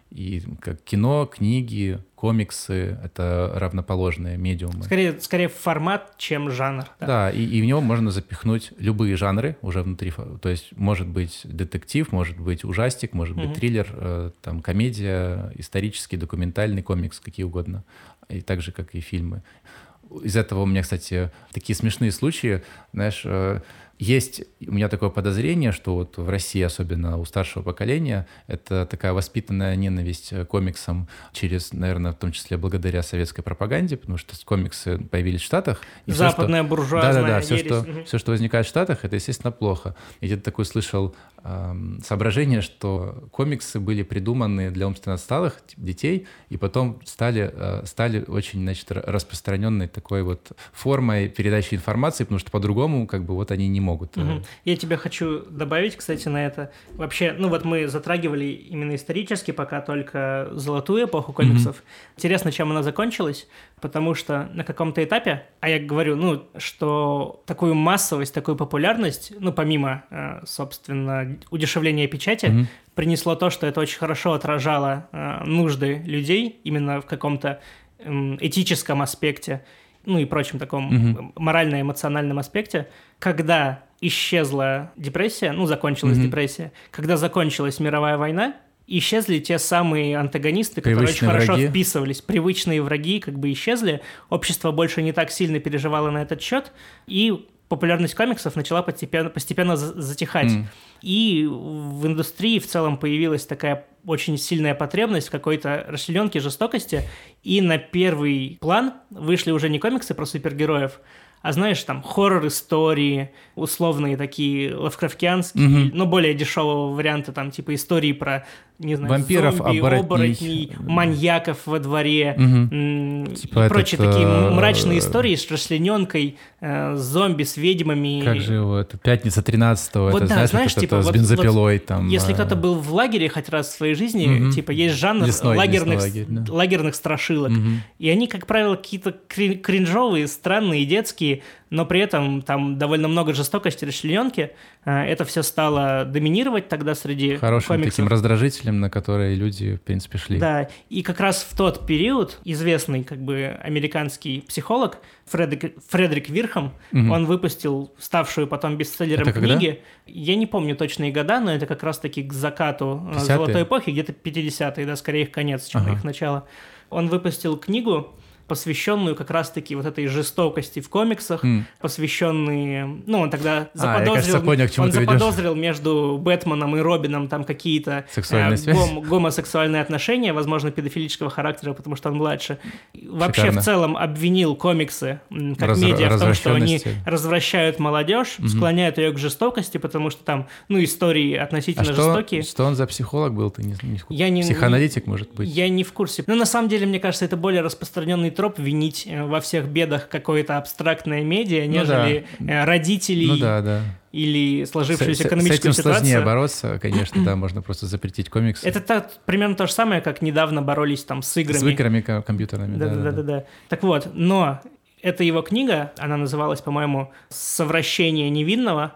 И как кино, книги, комиксы — это равноположные медиумы. Скорее, скорее формат, чем жанр. Да, да и, и в него можно запихнуть любые жанры уже внутри. То есть может быть детектив, может быть ужастик, может быть mm-hmm. триллер, э, там, комедия, исторический, документальный, комикс, какие угодно. И так же, как и фильмы. Из этого у меня, кстати, такие смешные случаи, знаешь, э, есть у меня такое подозрение, что вот в России, особенно у старшего поколения, это такая воспитанная ненависть к комиксам через, наверное, в том числе благодаря советской пропаганде, потому что комиксы появились в Штатах. И Западная все, буржуазная да, да, да, все, ересь. что, все, что возникает в Штатах, это, естественно, плохо. И где-то такой слышал э, соображение, что комиксы были придуманы для умственно отсталых детей, и потом стали, э, стали очень, значит, распространенной такой вот формой передачи информации, потому что по-другому как бы вот они не могут. Могут. Угу. Я тебе хочу добавить, кстати, на это. Вообще, ну вот мы затрагивали именно исторически пока только золотую эпоху комиксов. Угу. Интересно, чем она закончилась, потому что на каком-то этапе, а я говорю, ну, что такую массовость, такую популярность, ну, помимо, собственно, удешевления печати, угу. принесло то, что это очень хорошо отражало нужды людей именно в каком-то этическом аспекте, ну и прочем таком mm-hmm. морально-эмоциональном аспекте, когда исчезла депрессия, ну, закончилась mm-hmm. депрессия, когда закончилась мировая война, исчезли те самые антагонисты, которые привычные очень хорошо враги. Вписывались, привычные враги как бы исчезли, общество больше не так сильно переживало на этот счет, и популярность комиксов начала постепенно, постепенно затихать. Mm. И в индустрии в целом появилась такая очень сильная потребность в какой-то расчлененке, жестокости, и на первый план вышли уже не комиксы про супергероев, а знаешь, там, хоррор-истории, условные такие лавкрафтианские, mm-hmm. но более дешевого варианта, там, типа истории про, не знаю, вампиров, зомби, оборотней, оборотней, маньяков во дворе, mm-hmm. м- типа и прочие этот, такие э- мрачные истории с расчлененкой, э- с зомби, с ведьмами. Как же его, это «Пятница тринадцатого», вот это, да, знаешь, знаешь, это, типа, это вот, с бензопилой. Вот, там, если э- кто-то был в лагере хоть раз в своей жизни, mm-hmm. типа, есть жанр лесной, лагерных, лесной лагерь, да. лагерных страшилок, mm-hmm. и они, как правило, какие-то крин- кринжовые, странные, детские, но при этом там довольно много жестокости, расчлененки. Это все стало доминировать тогда среди хорошим комиксов. Таким раздражителем, на который люди, в принципе, шли. Да, и как раз в тот период известный как бы американский психолог Фредерик, Фредерик Вирхам, угу. он выпустил ставшую потом бестселлером книги. Я не помню точные года, но это как раз-таки к закату пятидесятые? Золотой эпохи, где-то пятидесятые, да, скорее их конец, чем ага. их начало. Он выпустил книгу, посвященную как раз-таки вот этой жестокости в комиксах, mm. посвященные... Ну, он тогда заподозрил... А, я, кажется, понял, к чему он ты заподозрил ведешь. Между Бэтменом и Робином там какие-то э, гом- гомосексуальные отношения, возможно, педофилического характера, потому что он младше. Вообще, Шикарно. В целом, обвинил комиксы как Раз- медиа в том, что они развращают молодежь, mm-hmm. склоняют ее к жестокости, потому что там, ну, истории относительно а жестокие. Что, что он за психолог был? Ты не, не... Я не, Психоаналитик, может быть? Я не в курсе. Но на самом деле, мне кажется, это более распространенный троп винить во всех бедах какое-то абстрактное медиа, нежели ну, да. родителей ну, да, да. или сложившуюся с, экономическую ситуацию. С этим ситуацию. сложнее бороться, конечно, да, можно просто запретить комиксы. Это так, примерно то же самое, как недавно боролись там с играми. С играми компьютерными, да. Да-да-да. Так вот, но эта его книга, она называлась, по-моему, «Совращение невинного»,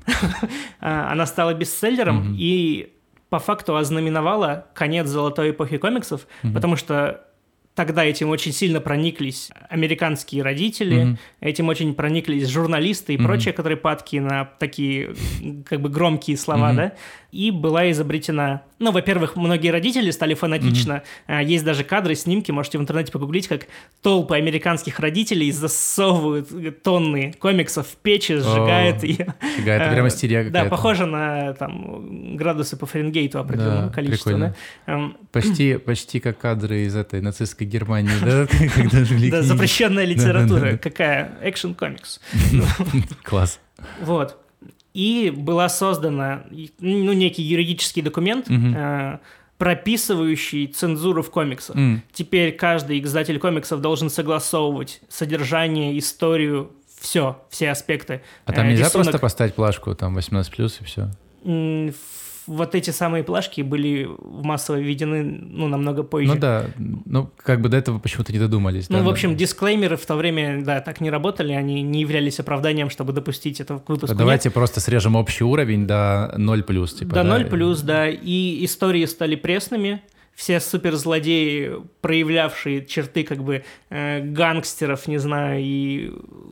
она стала бестселлером и по факту ознаменовала конец золотой эпохи комиксов, потому что тогда этим очень сильно прониклись американские родители, mm-hmm. этим очень прониклись журналисты и mm-hmm. прочие, которые падки на такие как бы громкие слова, mm-hmm. да, и была изобретена... Ну, во-первых, многие родители стали фанатично. Mm-hmm. Есть даже кадры, снимки, можете в интернете погуглить, как толпы американских родителей засовывают тонны комиксов в печи, сжигают ее. Это прямо истерия какая-то. Да, похоже на там, градусы по Фаренгейту определенного да, количества. Да? Почти, почти как кадры из этой нацистской Германии, да? Когда жгли Да, запрещенная литература. Какая? Экшн-комикс. Класс. Вот. И была создана, ну, некий юридический документ, угу. э, прописывающий цензуру в комиксах. Mm. Теперь каждый издатель комиксов должен согласовывать содержание, историю, все, все аспекты. А там э, нельзя рисунок. Просто поставить плашку, там восемнадцать плюс и все? вот эти самые плашки были массово введены, ну, намного позже. Ну да, ну, как бы до этого почему-то не додумались. Ну, да, в общем, да. дисклеймеры в то время, да, так не работали, они не являлись оправданием, чтобы допустить это к выпуску. Давайте Нет. просто срежем общий уровень до ноль плюс, типа, До да? ноль плюс, да, и истории стали пресными, все суперзлодеи, проявлявшие черты как бы э, гангстеров, не знаю, и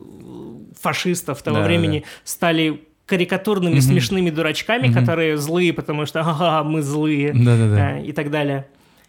фашистов того да, времени, да. стали карикатурными, Мгм. смешными дурачками, Мгм. которые злые, потому что ага, мы злые, Да-да-да. э, и так далее.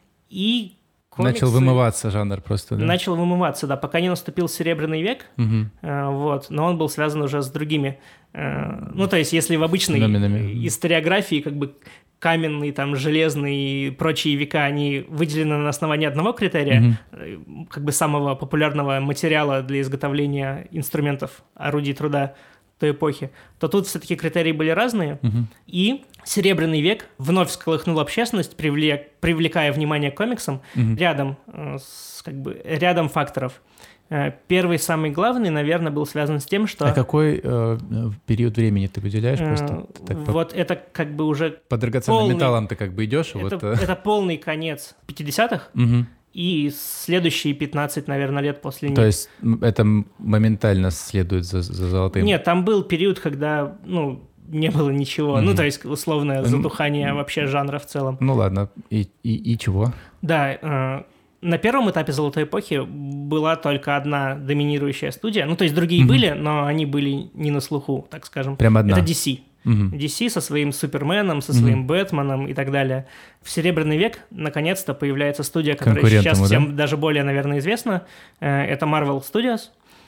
И комиксы... Начал вымываться жанр просто, да? Начал вымываться, да, пока не наступил Серебряный век, Мгм. э, вот, но он был связан уже с другими. Э, ну, то есть, если в обычной Феноменами. историографии как бы каменные, там, железные и прочие века, они выделены на основании одного критерия, Мгм. э, как бы самого популярного материала для изготовления инструментов, орудий труда той эпохи, то тут все-таки критерии были разные, Мгм. и Серебряный век вновь всколыхнул общественность, привлек, привлекая внимание к комиксам Мгм. рядом, э, с, как бы, рядом факторов. Э, Первый, самый главный, наверное, был связан с тем, что... А какой э, период времени ты выделяешь? э, Просто ты так по, вот это как бы уже... по драгоценным полный- металлам ты как бы идешь, и Это, вот... э, это полный конец пятидесятых мгм. и следующие пятнадцать, наверное, лет после них. То есть м, это м- моментально следует за, за золотым? Нет, там был период, когда, ну, не было ничего. Мгм. Ну, то есть, условное М, затухание вообще жанра в целом. Ну ладно, и, и, и чего? Да, э, на первом этапе «Золотой эпохи» была только одна доминирующая студия. Ну, то есть, другие Мгм. были, но они были не на слуху, так скажем. Прям одна? Это ди си. Мгм. ди си со своим Суперменом, со Мгм. своим Бэтменом и так далее. В Серебряный век наконец-то появляется студия, которая Конкурент сейчас ему, да? всем даже более, наверное, известна. Э, Это Marvel Studios.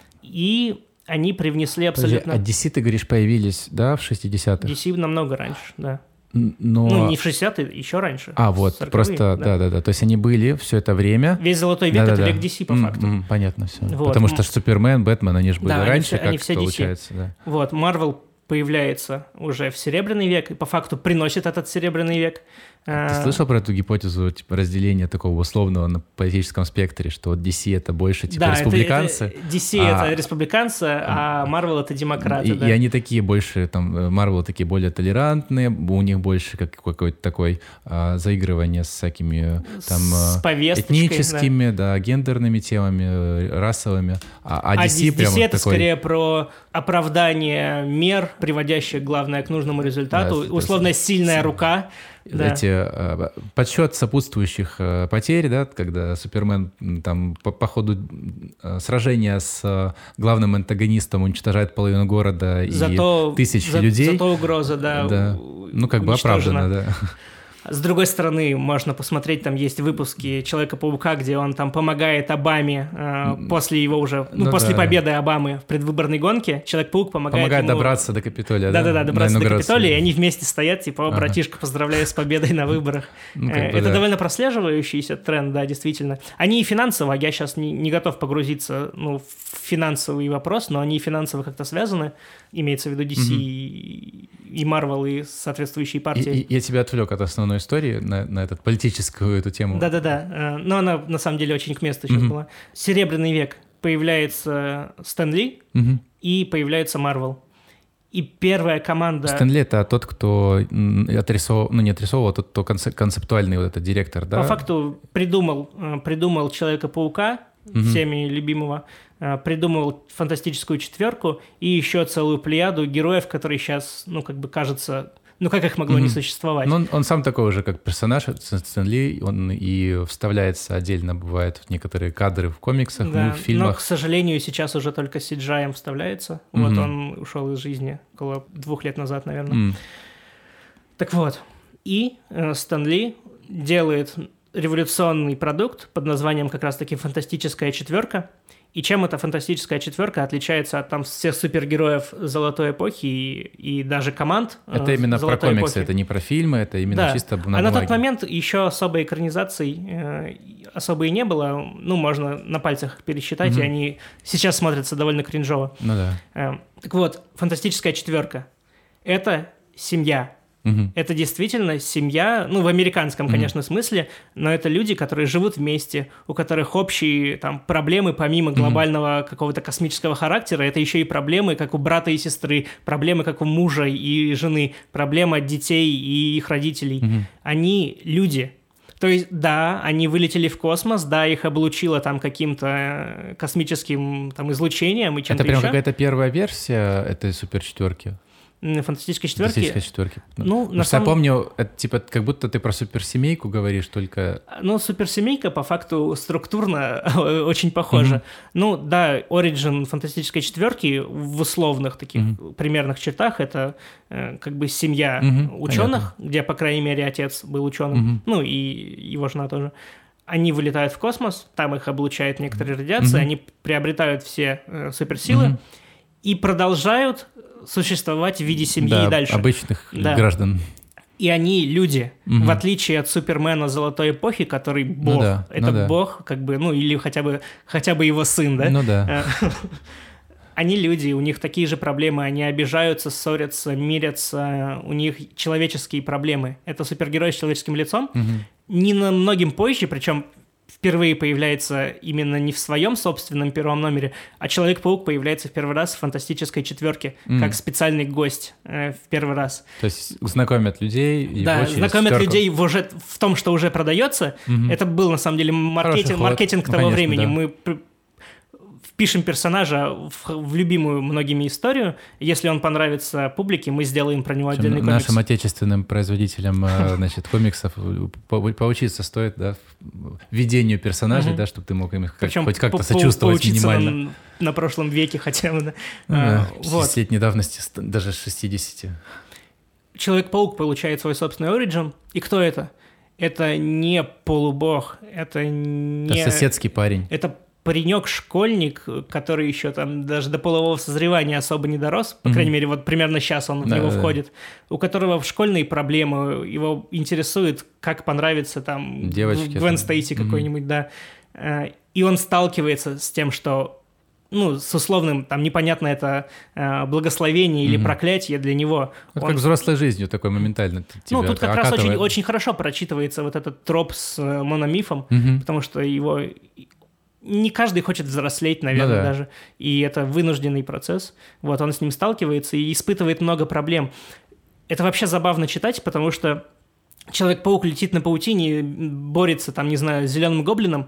И они привнесли Подожди, абсолютно... а ди си, ты говоришь, появились, да, в шестидесятых? ди си намного раньше, да. Н- Но... Ну, не в шестидесятые, еще раньше. А, вот, сороковые, просто, да. да-да-да, то есть они были все это время... Весь «Золотой век» — это Да-да-да. век ди си, по М, факту. м, понятно все. Вот. Потому что ж Супермен, Бэтмен, они же были Да, они раньше, все- как они все ди си. получается, да. Вот, Marvel появляется уже в Серебряный век и по факту приносит этот Серебряный век. Ты слышал про эту гипотезу типа разделения такого условного на политическом спектре, что вот ди си это больше типа Да, республиканцы, это, это, ди си а- это республиканцы, а Marvel это демократы. и, да. и они такие больше, там, Marvel такие более толерантные, у них больше как какое-то такое а, заигрывание с всякими там С а, повесточкой, этническими, да. гендерными темами, э, расовыми, а, а А ди си ди прям си вот это такой... скорее про оправдание мер, приводящих, главное, к нужному результату. Да, это- Условно, сильная рука. Да. Эти э, подсчет сопутствующих э, потерь, да, когда Супермен м, там по, по ходу э, сражения с э, главным антагонистом уничтожает половину города Зато, и тысячи за- людей. Зато угроза, да, Да. у- Ну, как бы уничтожена. оправданно, да. С другой стороны, можно посмотреть, там есть выпуски Человека-паука, где он там помогает Обаме э, после его уже, ну, Ну после да, победы Обамы в предвыборной гонке. Человек-паук помогает Помогает ему... добраться до Капитолия, да? Да-да-да, добраться На до инаугурацию. Капитолия, и они вместе стоят, типа, о, Ага. братишка, поздравляю с победой на выборах. Ну, как Э, бы Это да. довольно прослеживающийся тренд, да, действительно. Они и финансово, я сейчас не, не готов погрузиться ну, в финансовый вопрос, но они и финансово как-то связаны, имеется в виду ди си и, и Marvel, и соответствующие И- партии. и- я тебя отвлек от основной истории на, на эту политическую эту тему. Да-да-да, э, но она на самом деле очень к месту сейчас Мгм. была. Серебряный век появляется Стэн Ли Мгм. и появляется Marvel. И первая команда... Стэн Ли — это тот, кто м, отрисовывал, ну не отрисовывал, а тот, кто конце- концептуальный вот этот директор, да? По факту придумал, э, придумал Человека-паука, Мгм. всеми любимого, э, придумал фантастическую четверку и еще целую плеяду героев, которые сейчас, ну, как бы кажется, ну, как их могло не Мгм. существовать? Ну, он, он сам такой уже, как персонаж, Стэн Ли, он и вставляется отдельно, бывает, в некоторые кадры в комиксах, Да, ну, в но, к фильмах. сожалению, сейчас уже только си джи ай вставляется. Вот Мгм. он ушел из жизни около двух лет назад, наверное. М. Так вот, и э, Стэн Ли делает революционный продукт под названием как раз-таки «Фантастическая четверка». И чем эта «Фантастическая четверка» отличается от там всех супергероев Золотой эпохи и, и даже команд э, Это именно про Золотой комиксы, эпохи? это не про фильмы, это именно Да. чисто А на на бумаге. тот момент еще особой экранизаций э, особо и не было. Ну, можно на пальцах их пересчитать, Мгм. и они сейчас смотрятся довольно кринжово. Ну да. Э, так вот, «Фантастическая четверка» — это семья Угу. Это действительно семья, ну, в американском, конечно, угу. смысле, но это люди, которые живут вместе, у которых общие там проблемы помимо глобального угу. какого-то космического характера, это еще и проблемы, как у брата и сестры, проблемы, как у мужа и жены, проблема детей и их родителей. Угу. Они люди. То есть, да, они вылетели в космос, да, их облучило там каким-то космическим там излучением и чем-то Это прям еще. какая-то первая версия этой суперчетверки? Фантастической четверки. Фантастической четверки. Ну, на самом... Я помню, это типа как будто ты про суперсемейку говоришь, только... Ну, суперсемейка по факту структурно очень похожа. Mm-hmm. Ну, да, оригин фантастической четверки в условных таких mm-hmm. примерных чертах это э, как бы семья mm-hmm. ученых, понятно. Где, по крайней мере, отец был ученым, mm-hmm. ну и его жена тоже. Они вылетают в космос, там их облучает некоторые радиации, mm-hmm. они приобретают все э, суперсилы mm-hmm. и продолжают существовать в виде семьи да, и дальше. Обычных да. граждан. И они люди, угу. в отличие от Супермена Золотой эпохи, который бог. Ну да, это ну да. бог, как бы, ну или хотя бы, хотя бы его сын, да? Ну да. Они люди, у них такие же проблемы, они обижаются, ссорятся, мирятся, у них человеческие проблемы. Это супергерой с человеческим лицом. Угу. Не намногим позже, причем впервые появляется именно не в своем собственном первом номере, а Человек-паук появляется в первый раз в «Фантастической четверке», mm. как специальный гость э, в первый раз. То есть знакомят людей? И да, знакомят четверку. людей в, уже, в том, что уже продается. Mm-hmm. Это был, на самом деле, маркетинг, маркетинг того ну, конечно, времени. Да. Мы впишем персонажа в, в любимую многими историю. Если он понравится публике, мы сделаем про него отдельный Чем комикс. Нашим отечественным производителям значит, комиксов поучиться стоит, да, ведению персонажей, угу. да, чтобы ты мог им как, хоть как-то по- сочувствовать минимально. На, на прошлом веке хотя бы. Да. Ну, а, вот. шестидесятилетней давности, даже шестидесяти. Человек-паук получает свой собственный оригин. И кто это? Это не полубог, это не... Это соседский парень. Это паренек-школьник, который еще там даже до полового созревания особо не дорос, по mm-hmm. крайней мере, вот примерно сейчас он в да, него да. входит, у которого в школьные проблемы, его интересует, как понравится там девочке, Гвен Стейси mm-hmm. какой-нибудь, да. И он сталкивается с тем, что, ну, с условным, там, непонятно, это благословение или mm-hmm. проклятие для него. Это он... как взрослой жизнью такой моментально. Ну, тут как окатывает. раз очень, очень хорошо прочитывается вот этот троп с мономифом, mm-hmm. потому что его... Не каждый хочет взрослеть, наверное, ну, да. даже. И это вынужденный процесс. Вот, он с ним сталкивается и испытывает много проблем. Это вообще забавно читать, потому что Человек-паук летит на паутине, борется, там, не знаю, с зеленым гоблином,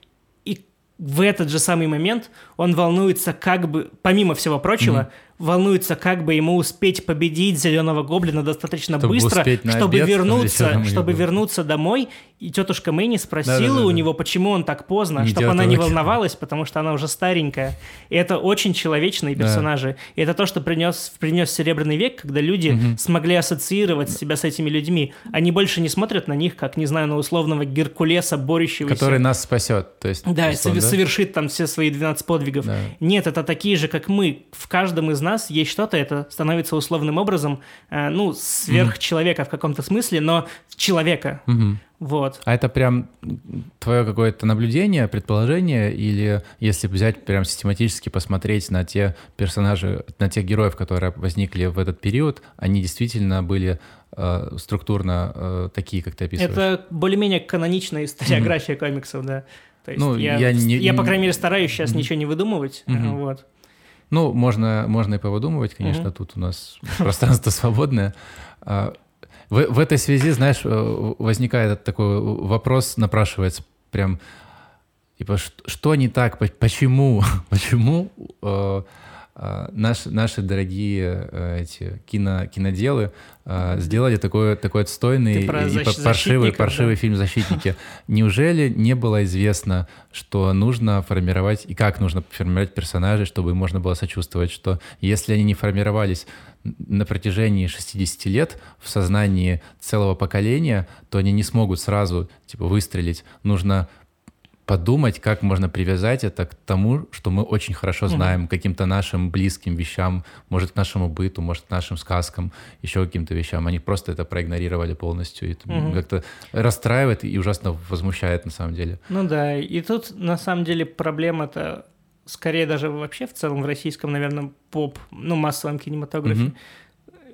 и в этот же самый момент он волнуется, как бы, помимо всего прочего, mm-hmm. волнуется, как бы ему успеть победить зеленого гоблина достаточно чтобы быстро, чтобы обед, вернуться, чтобы вернуться домой. И тетушка Мэй спросила да, да, да, у него, почему он так поздно, не чтобы она не волновалась, потому что она уже старенькая. И это очень человечные персонажи. Да. И это то, что принес, принес Серебряный век, когда люди угу. смогли ассоциировать себя с этими людьми. Они больше не смотрят на них, как, не знаю, на условного Геркулеса, борющегося. Который нас спасет. То есть, да, условно, и совершит да? там все свои двенадцать подвигов. Да. Нет, это такие же, как мы. В каждом из нас есть что-то, это становится условным образом, э, ну, сверхчеловека mm-hmm. в каком-то смысле, но человека. Mm-hmm. Вот. А это прям твое какое-то наблюдение, предположение, или если взять прям систематически посмотреть на те персонажи, на тех героев, которые возникли в этот период, они действительно были э, структурно э, такие, как ты описываешь? Это более-менее каноничная историография mm-hmm. комиксов, да. То есть ну, я, я, не, я, по крайней мере, стараюсь сейчас mm-hmm. ничего не выдумывать, mm-hmm. вот. Ну, можно, можно и повыдумывать, конечно, mm-hmm. тут у нас пространство свободное. В, в этой связи, знаешь, возникает такой вопрос, напрашивается прям, типа, что, что не так, почему, почему э, э, наши, наши дорогие э, эти кино, киноделы э, сделали такой, такой отстойный и защ- паршивый, паршивый да? фильм «Защитники». Неужели не было известно, что нужно формировать, и как нужно формировать персонажей, чтобы им можно было сочувствовать, что если они не формировались на протяжении шестидесяти лет в сознании целого поколения, то они не смогут сразу типа выстрелить. Нужно подумать, как можно привязать это к тому, что мы очень хорошо знаем, mm-hmm. к каким-то нашим близким вещам, может, к нашему быту, может, к нашим сказкам, еще каким-то вещам. Они просто это проигнорировали полностью. И это mm-hmm. как-то расстраивает и ужасно возмущает на самом деле. Ну да, и тут на самом деле проблема-то скорее даже вообще в целом в российском, наверное, поп, ну, массовом кинематографе. Mm-hmm.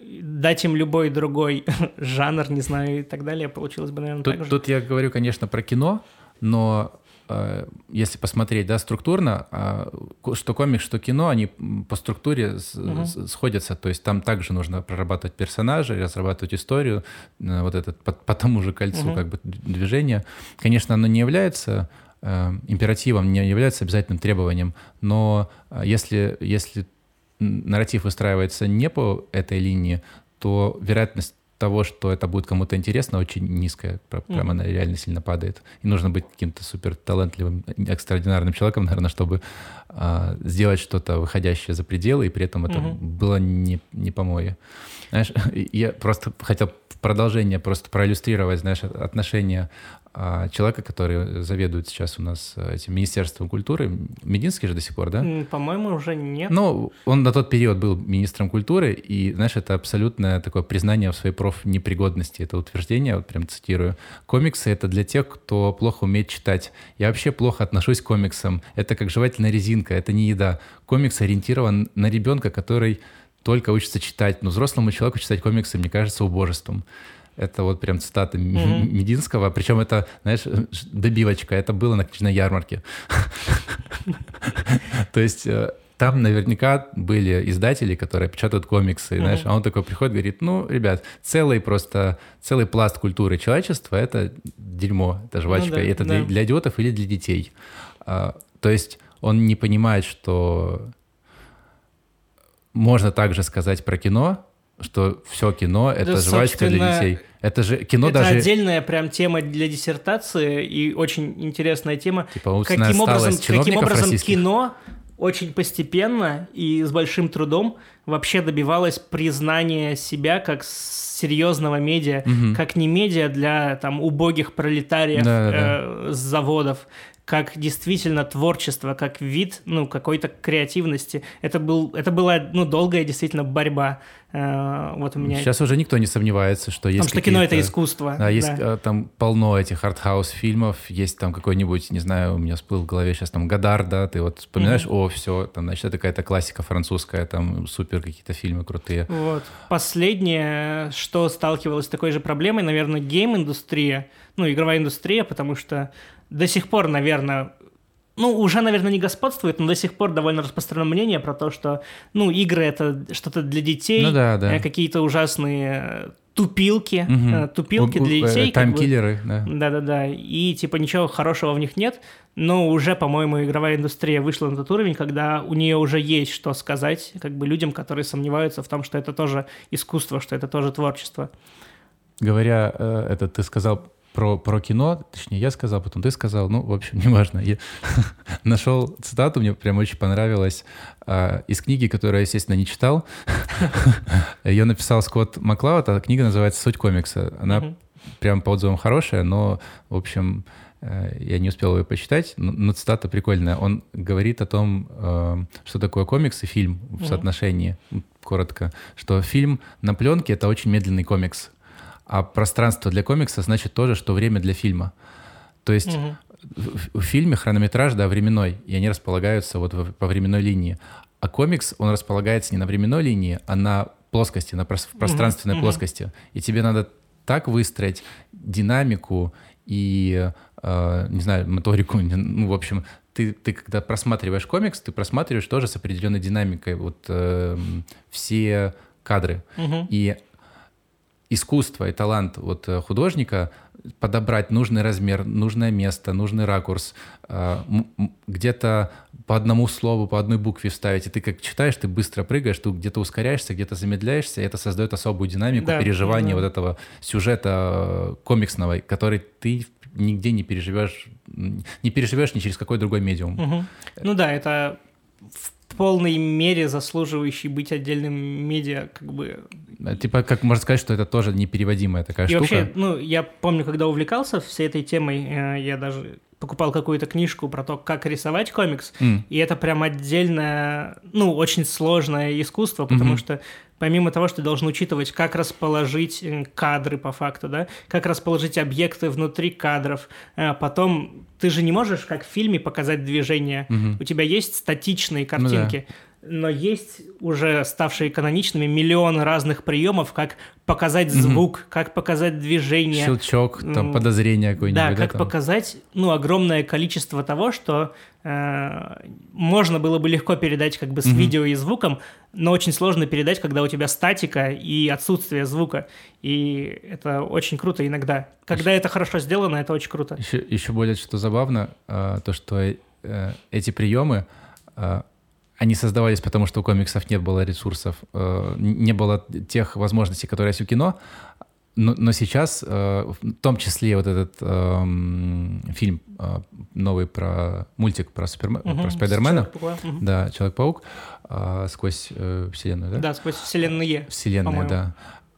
дать им любой другой жанр, не знаю, и так далее, получилось бы, наверное, тут, так же. Тут я говорю, конечно, про кино, но э, если посмотреть, да, структурно, э, что комикс, что кино, они по структуре с, угу. с, сходятся, то есть там также нужно прорабатывать персонажей, разрабатывать историю, э, вот этот по, по тому же кольцу угу. как бы движение. Конечно, оно не является э, императивом, не является обязательным требованием, но э, если, если нарратив выстраивается не по этой линии, то вероятность того, что это будет кому-то интересно, очень низкая. Прямо mm-hmm. она реально сильно падает. И нужно быть каким-то супер талантливым, экстраординарным человеком, наверное, чтобы а, сделать что-то выходящее за пределы, и при этом это mm-hmm. было не, не по-моему. Знаешь, я просто хотел в продолжение просто проиллюстрировать, знаешь, отношения а, человека, который заведует сейчас у нас этим Министерством культуры. Мединский же до сих пор, да? По-моему, уже нет. Ну, он на тот период был министром культуры, и, знаешь, это абсолютное такое признание в своей профнепригодности, это утверждение, вот прям цитирую. Комиксы — это для тех, кто плохо умеет читать. Я вообще плохо отношусь к комиксам. Это как жевательная резинка, это не еда. Комикс ориентирован на ребенка, который только учится читать. Но взрослому человеку читать комиксы, мне кажется, убожеством. Это вот прям цитата mm-hmm. Мединского. Причем это, знаешь, добивочка. Это было на книжной ярмарке. То есть там наверняка были издатели, которые печатают комиксы. Знаешь, а он такой приходит и говорит, ну, ребят, целый просто, целый пласт культуры человечества — это дерьмо, это жвачка. И это для идиотов или для детей. То есть он не понимает, что можно также сказать про кино, что все кино — это да, жвачка для детей. Это же кино это даже... Это отдельная прям тема для диссертации и очень интересная тема. Типа, каким образом, каким образом кино очень постепенно и с большим трудом вообще добивалось признания себя как серьезного медиа, угу. как не медиа для там убогих пролетариев да, да, э, да. с заводов, как действительно творчество, как вид, ну, какой-то креативности. Это, был, это была, ну, долгая действительно борьба. Э, вот у меня... Сейчас уже никто не сомневается, что есть Потому что кино — это искусство. Да, есть да. там полно этих артхаус-фильмов, есть там какой-нибудь, не знаю, у меня всплыл в голове сейчас там Годар, да, ты вот вспоминаешь, mm-hmm. о, все, там, значит, это какая-то классика французская, там супер какие-то фильмы крутые. Вот. Последнее, что сталкивалось с такой же проблемой, наверное, гейм-индустрия, ну, игровая индустрия, потому что до сих пор, наверное, ну, уже, наверное, не господствует, но до сих пор довольно распространено мнение про то, что, ну, игры — это что-то для детей, ну, да, да. какие-то ужасные тупилки, угу. тупилки у, для детей. Таймкиллеры, как бы. да. Да-да-да, и, типа, ничего хорошего в них нет, но уже, по-моему, игровая индустрия вышла на тот уровень, когда у нее уже есть что сказать, как бы, людям, которые сомневаются в том, что это тоже искусство, что это тоже творчество. Говоря это, ты сказал... Про, про кино, точнее, я сказал, потом ты сказал, ну, в общем, неважно. Я нашел цитату, мне прям очень понравилась, э, из книги, которую я, естественно, не читал. Ее написал Скотт Маклауд, а книга называется «Суть комикса». Она прям по отзывам хорошая, но, в общем, э, я не успел ее почитать, но, но цитата прикольная. Он говорит о том, э, что такое комикс и фильм в соотношении, коротко, что фильм на пленке — это очень медленный комикс. А пространство для комикса значит тоже, что время для фильма. То есть угу. в, в фильме хронометраж, да, временной, и они располагаются вот в, по временной линии. А комикс, он располагается не на временной линии, а на плоскости, на прос, в пространственной угу. плоскости. И тебе надо так выстроить динамику и, э, не знаю, моторику, ну, в общем... Ты, ты когда просматриваешь комикс, ты просматриваешь тоже с определенной динамикой вот э, все кадры. Угу. И искусство и талант вот художника подобрать нужный размер, нужное место, нужный ракурс, где-то по одному слову, по одной букве вставить. И ты как читаешь, ты быстро прыгаешь, ты где-то ускоряешься, где-то замедляешься, и это создает особую динамику да, переживания да. вот этого сюжета комиксного, который ты нигде не переживешь, не переживешь ни через какой другой медиум. Угу. Ну да, это... в полной мере заслуживающий быть отдельным медиа, как бы... Типа, как можно сказать, что это тоже непереводимая такая и штука? Вообще, ну, я помню, когда увлекался всей этой темой, я даже покупал какую-то книжку про то, как рисовать комикс, mm. и это прям отдельное, ну, очень сложное искусство, потому mm-hmm. что помимо того, что ты должен учитывать, как расположить кадры по факту, да, как расположить объекты внутри кадров, потом ты же не можешь, как в фильме, показать движение. Mm-hmm. У тебя есть статичные картинки. Ну, да. но есть уже ставшие каноничными миллион разных приемов, как показать звук, mm-hmm. как показать движение. Щелчок, там, подозрение какое-нибудь. Да, да, как там? показать, ну, огромное количество того, что э, можно было бы легко передать как бы с mm-hmm. видео и звуком, но очень сложно передать, когда у тебя статика и отсутствие звука. И это очень круто иногда. Когда еще, это хорошо сделано, это очень круто. Еще, еще более, что забавно, э, то, что э, эти приемы... Э, Они создавались потому, что у комиксов не было ресурсов, не было тех возможностей, которые есть у кино. Но, но сейчас, в том числе вот этот э, фильм новый про мультик про, Супермен, угу, про Спайдермена, угу. да, Человек-паук, э, сквозь э, вселенную, да? Да, сквозь вселенные. Вселенные, по-моему. да.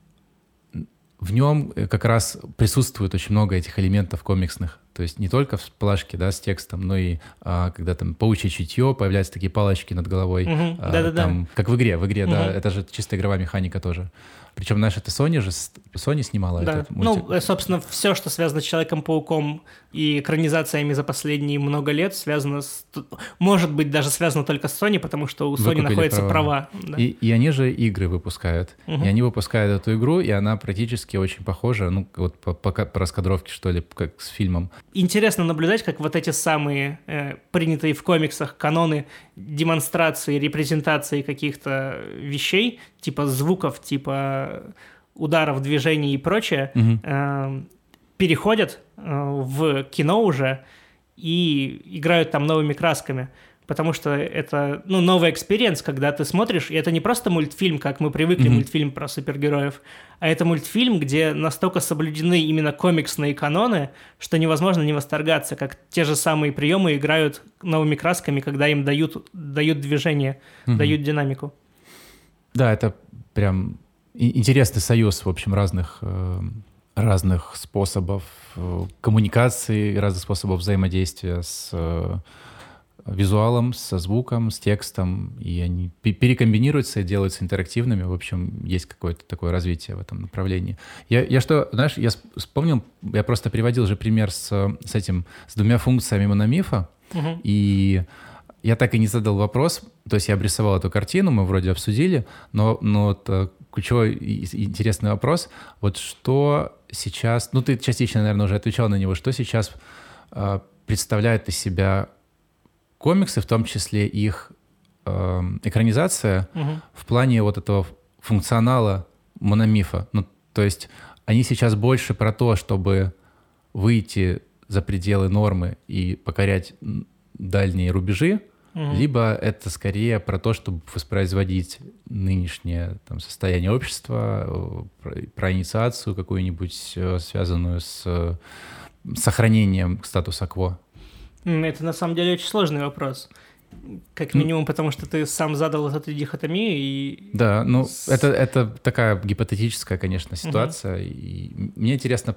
В нем как раз присутствует очень много этих элементов комиксных. То есть не только в плашке, да, с текстом, но и а, когда там паучье чутье, появляются такие палочки над головой. Uh-huh. а, Да-да-да. Там, как в игре, в игре, uh-huh. да, это же чисто игровая механика тоже. Причем наша это Sony же, Sony снимала да. этот мультик. Ну, собственно, все, что связано с Человеком-пауком и экранизациями за последние много лет, связано с... Может быть, даже связано только с Sony, потому что у Sony Выкупили находятся права. права да. и, и они же игры выпускают. Uh-huh. И они выпускают эту игру, и она практически очень похожа, ну, вот по, по, по раскадровке, что ли, как с фильмом. Интересно наблюдать, как вот эти самые э, принятые в комиксах каноны демонстрации, репрезентации каких-то вещей, типа звуков, типа ударов, движений и прочее, угу. э, переходят э, в кино уже и играют там новыми красками. Потому что это, ну, новый экспириенс, когда ты смотришь, и это не просто мультфильм, как мы привыкли, mm-hmm. мультфильм про супергероев, а это мультфильм, где настолько соблюдены именно комиксные каноны, что невозможно не восторгаться, как те же самые приемы играют новыми красками, когда им дают, дают движение, mm-hmm. дают динамику. Да, это прям интересный союз, в общем, разных, разных способов коммуникации, разных способов взаимодействия с... визуалом, со звуком, с текстом, и они перекомбинируются и делаются интерактивными. В общем, есть какое-то такое развитие в этом направлении. Я, я что, знаешь, я вспомнил, я просто приводил же пример с, с этим, с двумя функциями мономифа, угу. и я так и не задал вопрос, то есть я обрисовал эту картину, мы вроде обсудили, но, но вот ключевой интересный вопрос, вот что сейчас, ну ты частично, наверное, уже отвечал на него, что сейчас э, представляет из себя комиксы, в том числе их э, экранизация, угу. в плане вот этого функционала мономифа. Ну, то есть они сейчас больше про то, чтобы выйти за пределы нормы и покорять дальние рубежи, угу. либо это скорее про то, чтобы воспроизводить нынешнее там, состояние общества, про, про инициацию какую-нибудь, связанную с сохранением статуса кво. Это на самом деле очень сложный вопрос. Как минимум, потому что ты сам задал эту дихотомию. И... Да, ну с... это, это такая гипотетическая, конечно, ситуация. Угу. И мне интересно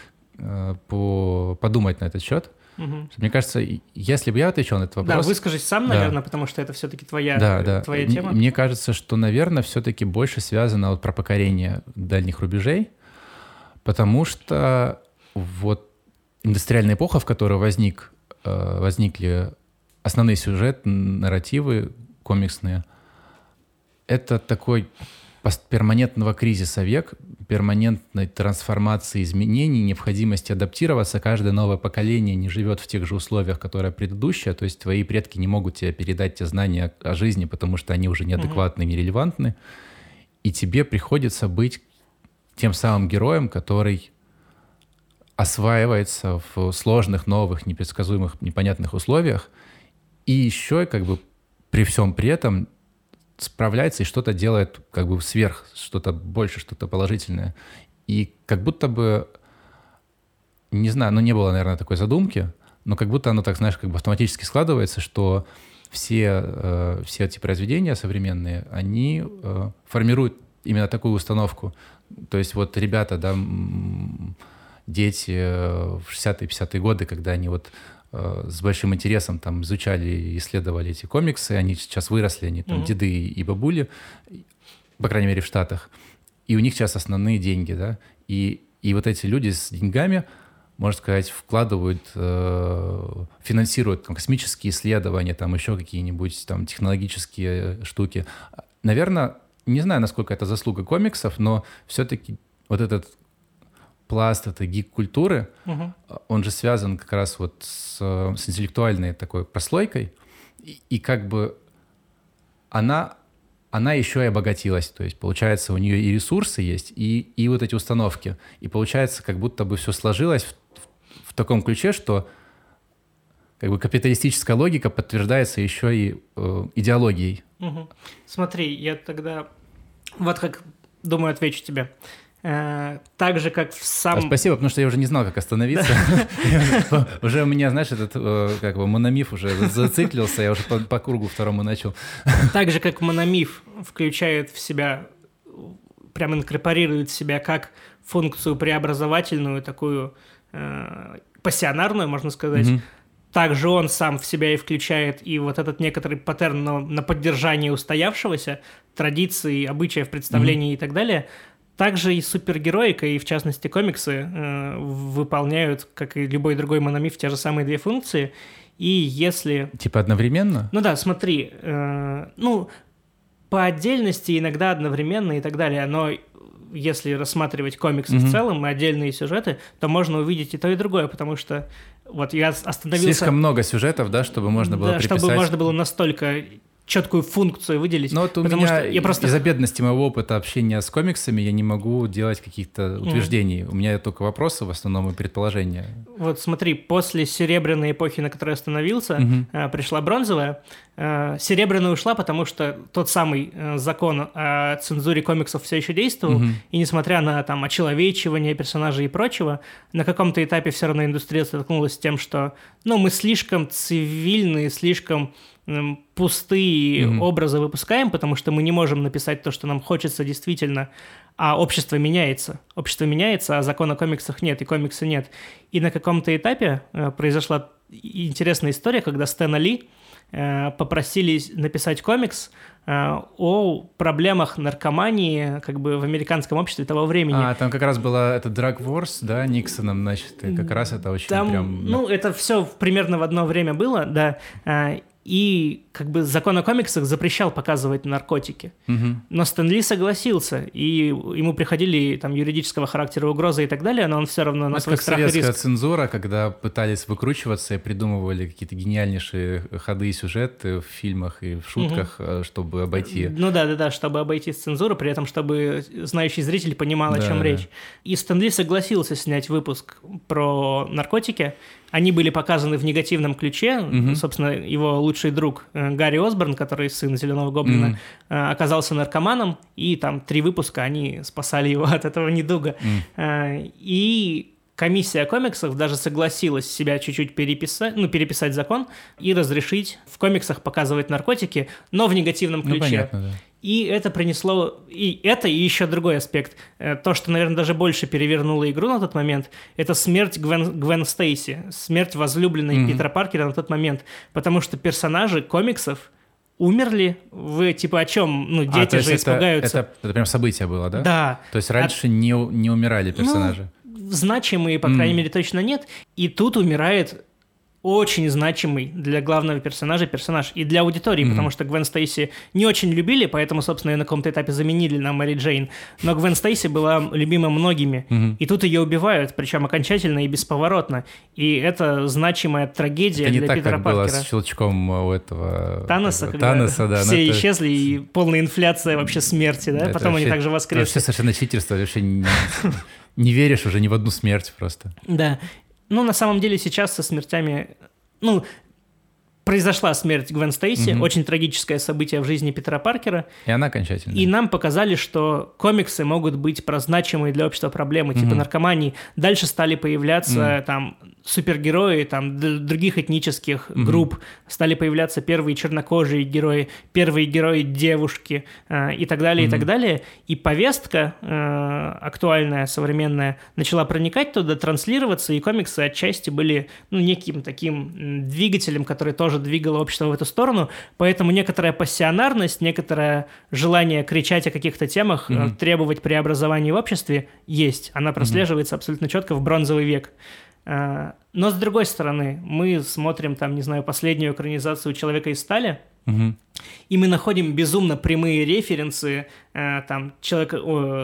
э, по... подумать на этот счет. Угу. Мне кажется, если бы я отвечал на этот вопрос... Да, выскажись сам, да. наверное, потому что это все-таки твоя, да, да. твоя мне, тема. Мне кажется, что, наверное, все-таки больше связано вот про покорение дальних рубежей, потому что вот индустриальная эпоха, в которой возник возникли основные сюжеты, нарративы комиксные. Это такой перманентного кризиса век, перманентной трансформации, изменений, необходимости адаптироваться. Каждое новое поколение не живет в тех же условиях, которые предыдущее. То есть твои предки не могут тебе передать те знания о жизни, потому что они уже неадекватны, нерелевантны. И тебе приходится быть тем самым героем, который осваивается в сложных, новых, непредсказуемых, непонятных условиях, и еще как бы при всем при этом справляется и что-то делает как бы сверх, что-то больше, что-то положительное. И как будто бы, не знаю, ну не было, наверное, такой задумки, но как будто оно так, знаешь, как бы автоматически складывается, что все, э, все эти произведения современные, они э, формируют именно такую установку. То есть вот ребята, да, дети в шестидесятые-пятидесятые годы, когда они вот э, с большим интересом там изучали и исследовали эти комиксы, они сейчас выросли, они там mm-hmm. деды и бабули, по крайней мере в Штатах, и у них сейчас основные деньги, да, и, и вот эти люди с деньгами можно сказать, вкладывают, э, финансируют там, космические исследования, там еще какие-нибудь там технологические штуки. Наверное, не знаю, насколько это заслуга комиксов, но все-таки вот этот пласт этой гик-культуры, угу. он же связан как раз вот с, с интеллектуальной такой прослойкой, и, и как бы она, она еще и обогатилась. То есть, получается, у нее и ресурсы есть, и, и вот эти установки. И получается, как будто бы все сложилось в, в, в таком ключе, что как бы капиталистическая логика подтверждается еще и э, идеологией. Угу. Смотри, я тогда вот как думаю, отвечу тебе. Так же, как в самом... А спасибо, потому что я уже не знал, как остановиться. Уже у меня, знаешь, этот как бы мономиф уже зациклился, я уже по кругу второму начал. Так же, как мономиф включает в себя, прям инкорпорирует в себя как функцию преобразовательную, такую пассионарную, можно сказать, также он сам в себя и включает и вот этот некоторый паттерн на поддержание устоявшегося, традиций, обычаев, представлений и так далее. Также и супергероика, и в частности комиксы э, выполняют, как и любой другой мономиф, те же самые две функции. И если... Типа одновременно? Ну да, смотри, э, ну, по отдельности, иногда одновременно и так далее, но если рассматривать комиксы mm-hmm. в целом и отдельные сюжеты, то можно увидеть и то, и другое, потому что вот я остановился... Слишком много сюжетов, да, чтобы можно было да, приписать... чтобы можно было настолько... четкую функцию выделить. Но вот у потому меня что я просто... из-за бедности моего опыта общения с комиксами я не могу делать каких-то утверждений. Mm. У меня только вопросы в основном и предположения. Вот смотри, после серебряной эпохи, на которой остановился, mm-hmm. пришла бронзовая. Серебряная ушла, потому что тот самый закон о цензуре комиксов все еще действовал, mm-hmm. и несмотря на там очеловечивание персонажей и прочего, на каком-то этапе все равно индустрия столкнулась с тем, что ну, мы слишком цивильные, слишком пустые mm-hmm. образы выпускаем, потому что мы не можем написать то, что нам хочется действительно, а общество меняется. Общество меняется, а закона о комиксах нет, и комикса нет. И на каком-то этапе э, произошла интересная история, когда Стэна Ли э, попросили написать комикс э, о проблемах наркомании как бы в американском обществе того времени. А, там как раз была это Drug Wars, да, Никсоном, значит, и как раз это очень там, прям... Ну, это все примерно в одно время было, да, э, и как бы закон о комиксах запрещал показывать наркотики. Угу. Но Стэн Ли согласился, и ему приходили там юридического характера угрозы и так далее, но он все равно на свой страх и риск... как советская цензура, когда пытались выкручиваться и придумывали какие-то гениальнейшие ходы и сюжеты в фильмах и в шутках, угу. чтобы обойти... Ну да-да-да, чтобы обойти цензуру, при этом чтобы знающий зритель понимал, да, о чем да. речь. И Стэн Ли согласился снять выпуск про наркотики. Они были показаны в негативном ключе. Mm-hmm. Собственно, его лучший друг Гарри Осборн, который сын Зеленого Гоблина, mm-hmm. оказался наркоманом, и там три выпуска они спасали его от этого недуга. Mm. И комиссия комиксов даже согласилась себя чуть-чуть переписать, ну, переписать закон и разрешить в комиксах показывать наркотики, но в негативном ключе. Ну, понятно, да. И это принесло... И это, и еще другой аспект. То, что, наверное, даже больше перевернуло игру на тот момент, это смерть Гвен, Гвен Стейси, смерть возлюбленной mm-hmm. Питера Паркера на тот момент. Потому что персонажи комиксов умерли. Вы, типа, о чем? Ну, дети а, же это, испугаются. Это, это прям событие было, да? Да. То есть раньше а... не, не умирали персонажи? Ну, значимые, по крайней mm. мере, точно нет. И тут умирает... очень значимый для главного персонажа персонаж и для аудитории, mm-hmm. потому что Гвен Стейси не очень любили, поэтому, собственно, ее на каком-то этапе заменили на Мэри Джейн. Но Гвен Стейси была любима многими, mm-hmm. и тут ее убивают, причем окончательно и бесповоротно. И это значимая трагедия это для так, Питера как Паркера. было с щелчком у этого... Таноса, этого, когда Таноса, да, все это... исчезли, и полная инфляция вообще смерти, да? Это Потом вообще, они также воскресли. Вообще совершенно читерство, вообще не, не веришь уже ни в одну смерть просто. Да. Ну, на самом деле сейчас со смертями... Ну, произошла смерть Гвен Стейси, mm-hmm. очень трагическое событие в жизни Питера Паркера. И она окончательная. И нам показали, что комиксы могут быть про значимые для общества проблемы, mm-hmm. типа наркомании. Дальше стали появляться mm-hmm. там супергерои, там д- других этнических mm-hmm. групп. Стали появляться первые чернокожие герои, первые герои девушки э, и так далее, mm-hmm. и так далее. И повестка э, актуальная, современная, начала проникать туда, транслироваться, и комиксы отчасти были ну, неким таким двигателем, который тоже двигало общество в эту сторону, поэтому некоторая пассионарность, некоторое желание кричать о каких-то темах, mm-hmm. требовать преобразования в обществе есть. Она прослеживается mm-hmm. абсолютно четко в бронзовый век. Но, с другой стороны, мы смотрим, там, не знаю, последнюю экранизацию «Человека из стали», Угу. и мы находим безумно прямые референсы там, человека...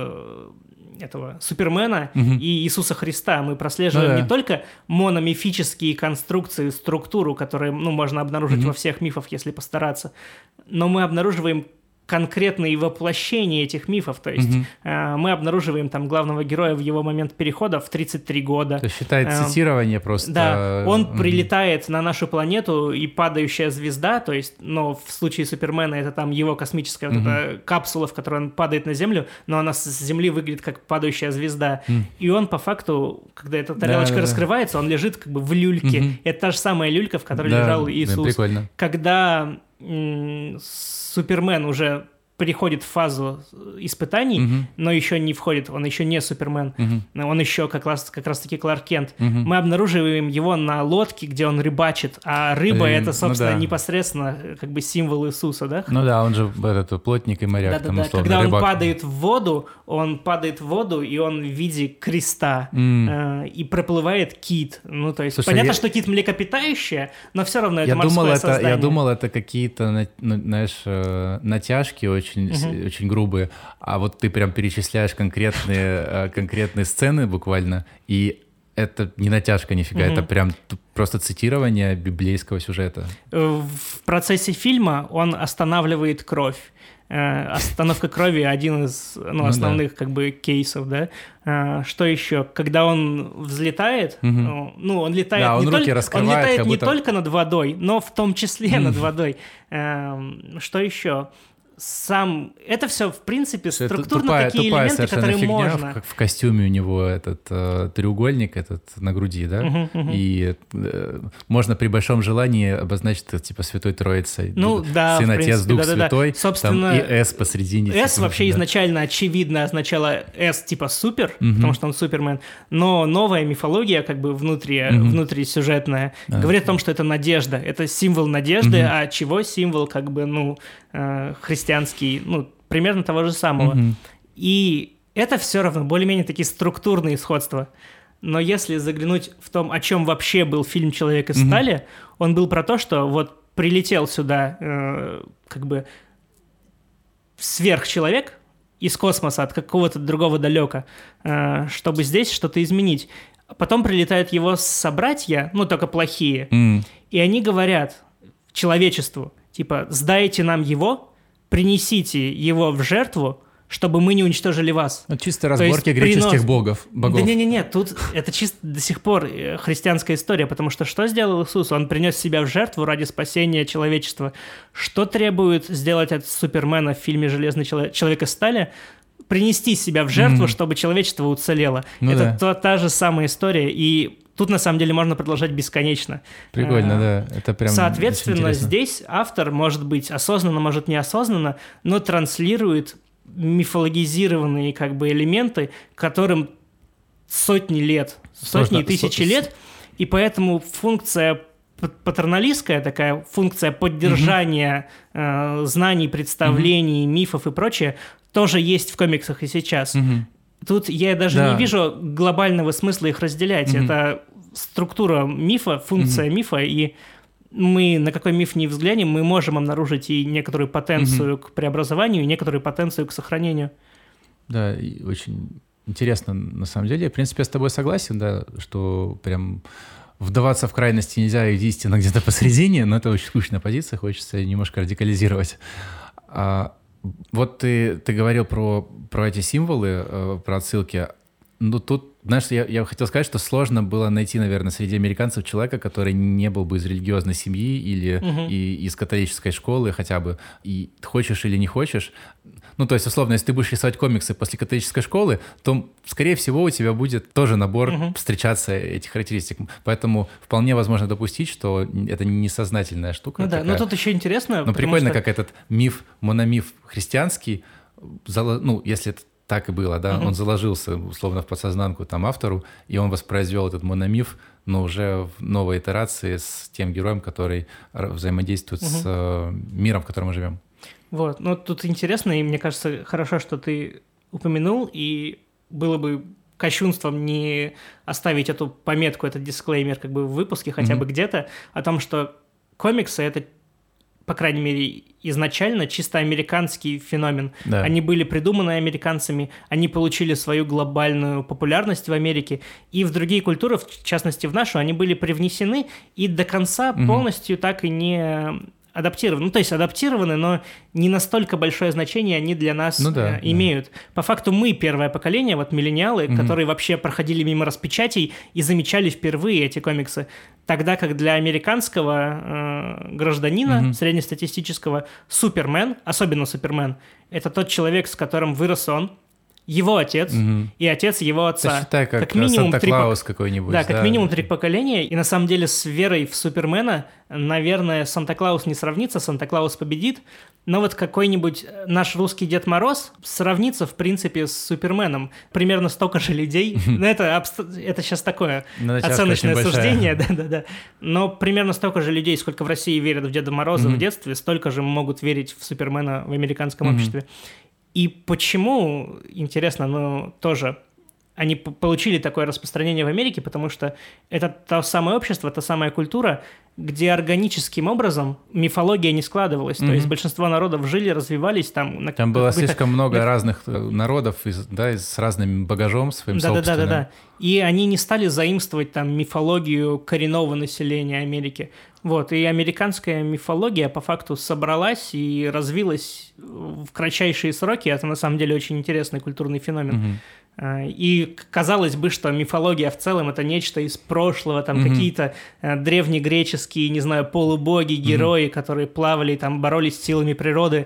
этого Супермена угу. и Иисуса Христа. Мы прослеживаем ну, да. не только мономифические конструкции, структуру, которые ну, можно обнаружить угу. во всех мифах, если постараться, но мы обнаруживаем конкретные воплощения этих мифов. То есть угу. э, мы обнаруживаем там главного героя в его момент перехода в тридцать три года. То есть считает цитирование э, просто... Да, он угу. прилетает на нашу планету, и падающая звезда, то есть, но в случае Супермена это там его космическая угу. вот эта капсула, в которой он падает на Землю, но она с Земли выглядит как падающая звезда. Угу. И он по факту, когда эта тарелочка да, да, раскрывается, да. он лежит как бы в люльке. Угу. Это та же самая люлька, в которой да, лежал Иисус. Да, прикольно. Когда м- Супермен уже переходит в фазу испытаний, угу. но еще не входит, он еще не Супермен, угу. он еще как раз, как раз таки Кларк Кент. Угу. Мы обнаруживаем его на лодке, где он рыбачит, а рыба Блин, это, собственно, ну да. непосредственно как бы символ Иисуса, да? Ну да, он же этот плотник и моряк. Да-да-да, там, условно, когда рыбак. он падает в воду, он падает в воду, и он в виде креста, mm. э, и проплывает кит. Ну, то есть, Слушай, понятно, я... что кит млекопитающее, но все равно это я морское думал, создание. Это, я думал, это какие-то, знаешь, натяжки очень, uh-huh. очень грубые, а вот ты прям перечисляешь конкретные, конкретные сцены буквально, и это не натяжка нифига, mm-hmm. это прям просто цитирование библейского сюжета. В процессе фильма он останавливает кровь. Остановка крови один из ну, ну, основных да. как бы кейсов, да. Что еще? Когда он взлетает, mm-hmm. ну он летает, да, он не, руки только, он летает будто... не только над водой, но в том числе mm-hmm. над водой. Что еще? Сам... Это все, в принципе, структурно тупая, такие тупая элементы, которые фигня, можно... Как в костюме у него этот э, треугольник этот на груди, да? Uh-huh, uh-huh. И э, можно при большом желании обозначить это типа Святой Троицей. Ну, да, Сын, в Отец, принципе, Дух да, Святой. Да, да. Собственно, там и S посредине. S типа, вообще да. изначально, очевидно, означало S типа супер, uh-huh. потому что он Супермен. Но новая мифология, как бы внутри, uh-huh. внутрисюжетная, uh-huh. говорит о том, что это надежда. Это символ надежды, uh-huh. а чего символ, как бы, ну, э, христианский, ну, примерно того же самого. Mm-hmm. И это все равно более-менее такие структурные сходства. Но если заглянуть в том, о чем вообще был фильм «Человек из mm-hmm. стали», он был про то, что вот прилетел сюда э, как бы сверхчеловек из космоса, от какого-то другого далека, э, чтобы здесь что-то изменить. Потом прилетают его собратья, ну, только плохие, mm-hmm. и они говорят человечеству, типа, сдайте нам его, принесите его в жертву, чтобы мы не уничтожили вас. Ну, чисто разборки греческих принос... богов, богов. Да не-не-не, тут это чисто до сих пор христианская история, потому что что сделал Иисус? Он принес себя в жертву ради спасения человечества. Что требует сделать от Супермена в фильме «Железный человек, человек из стали»? Принести себя в жертву, mm-hmm. чтобы человечество уцелело. Ну, это да. та, та же самая история, и тут, на самом деле, можно продолжать бесконечно. Прикольно, а, да. Это прям соответственно, здесь автор, может быть, осознанно, может, неосознанно, но транслирует мифологизированные как бы элементы, которым сотни лет, сотни Сложно, и тысячи с... лет, и поэтому функция патерналистская такая, функция поддержания угу. э, знаний, представлений, угу. мифов и прочее, тоже есть в комиксах и сейчас. Угу. Тут я даже да. не вижу глобального смысла их разделять. Mm-hmm. Это структура мифа, функция mm-hmm. мифа, и мы на какой миф ни взглянем, мы можем обнаружить и некоторую потенцию mm-hmm. к преобразованию, и некоторую потенцию к сохранению. Да, и очень интересно на самом деле. В принципе, я с тобой согласен, да, что прям вдаваться в крайности нельзя, и истина где-то посередине, но это очень скучная позиция, хочется немножко радикализировать. А, вот ты, ты говорил про, про эти символы, э, про отсылки. Ну, тут, знаешь, я, я хотел сказать, что сложно было найти, наверное, среди американцев человека, который не был бы из религиозной семьи или угу. и, из католической школы хотя бы. И хочешь или не хочешь, ну, то есть, условно, если ты будешь рисовать комиксы после католической школы, то, скорее всего, у тебя будет тоже набор угу. встречаться этих характеристик. Поэтому вполне возможно допустить, что это несознательная штука. Ну да, но тут еще интересно. Но прикольно, что... как этот миф, мономиф христианский, ну, если это так и было, да, uh-huh. он заложился, условно, в подсознанку там автору, и он воспроизвел этот мономиф, но уже в новой итерации с тем героем, который взаимодействует uh-huh. с э, миром, в котором мы живем. Вот, ну тут интересно, и мне кажется, хорошо, что ты упомянул, и было бы кощунством не оставить эту пометку, этот дисклеймер как бы в выпуске хотя mm-hmm. бы где-то, о том, что комиксы — это, по крайней мере, изначально чисто американский феномен. Да. Они были придуманы американцами, они получили свою глобальную популярность в Америке, и в другие культуры, в частности в нашу, они были привнесены и до конца mm-hmm. полностью так и не адаптированы. Ну, то есть адаптированы, но не настолько большое значение они для нас ну, да, э, имеют. Да. По факту мы первое поколение, вот миллениалы, mm-hmm. которые вообще проходили мимо распечатей и замечали впервые эти комиксы. Тогда как для американского э, гражданина, mm-hmm. среднестатистического, Супермен, особенно Супермен, это тот человек, с которым вырос он, его отец угу. и отец его отца. Это считай, как, как минимум Санта-Клаус три... какой-нибудь. Да, как да. минимум три поколения. И на самом деле с верой в Супермена, наверное, Санта-Клаус не сравнится, Санта-Клаус победит. Но вот какой-нибудь наш русский Дед Мороз сравнится, в принципе, с Суперменом. Примерно столько же людей. Но это, это сейчас такое оценочное суждение. Да, да, да. Но примерно столько же людей, сколько в России верят в Деда Мороза в детстве, столько же могут верить в Супермена в американском обществе. И почему, интересно, ну, тоже они получили такое распространение в Америке, потому что это то самое общество, та самая культура, где органическим образом мифология не складывалась. Mm-hmm. То есть большинство народов жили, развивались там. На там было слишком много на... разных народов, из, да, с разным багажом своим да, собственным. Да-да-да. И они не стали заимствовать там мифологию коренного населения Америки. Вот, и американская мифология по факту собралась и развилась в кратчайшие сроки. Это на самом деле очень интересный культурный феномен. Mm-hmm. И казалось бы, что мифология в целом — это нечто из прошлого, там mm-hmm. какие-то древнегреческие, не знаю, полубоги, герои, mm-hmm. которые плавали, там боролись с силами природы,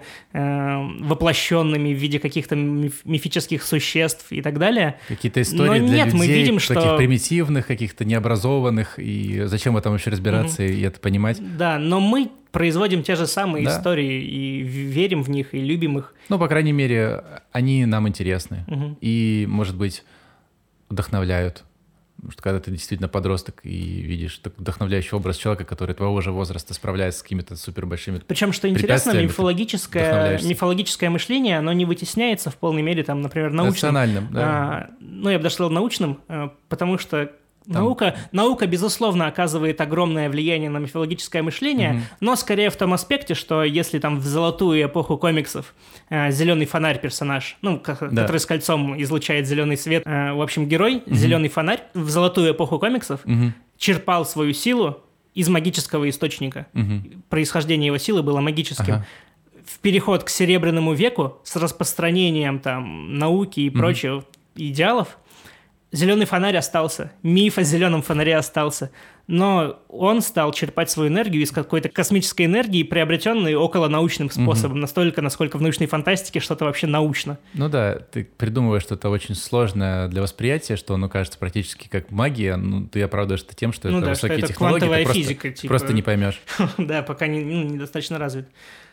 воплощенными в виде каких-то мифических существ и так далее. Какие-то истории Но для нет, людей, мы видим, что... таких примитивных, каких-то необразованных, и зачем в этом вообще разбираться mm-hmm. и это понимать? Да, но мы производим те же самые да. истории и верим в них, и любим их. Ну, по крайней мере, они нам интересны. Угу. И, может быть, вдохновляют. Потому что когда ты действительно подросток и видишь вдохновляющий образ человека, который твоего же возраста справляется с какими-то супербольшими Причем, что интересно, мифологическое, мифологическое мышление, оно не вытесняется в полной мере, там, например, научным. Рациональным, да. А, ну, я бы даже сказал научным, потому что Наука, наука, безусловно, оказывает огромное влияние на мифологическое мышление, угу. но скорее в том аспекте, что если там в золотую эпоху комиксов э, зеленый фонарь персонаж, ну, к- да. который с кольцом излучает зеленый свет, э, в общем, герой, угу. зеленый фонарь, в золотую эпоху комиксов угу. черпал свою силу из магического источника. Угу. Происхождение его силы было магическим. Ага. В переход к Серебряному веку с распространением там науки и угу. прочих идеалов зеленый фонарь остался, миф о зеленом фонаре остался, но он стал черпать свою энергию из какой-то космической энергии, приобретенной околонаучным способом, угу. настолько, насколько в научной фантастике что-то вообще научно. Ну да, ты придумываешь что-то очень сложное для восприятия, что оно кажется практически как магия, ну ты оправдываешь это тем, что ну это да, высокие что это технологии, квантовая ты физика, просто, типа... просто не поймешь. Да, пока не, ну, недостаточно развит.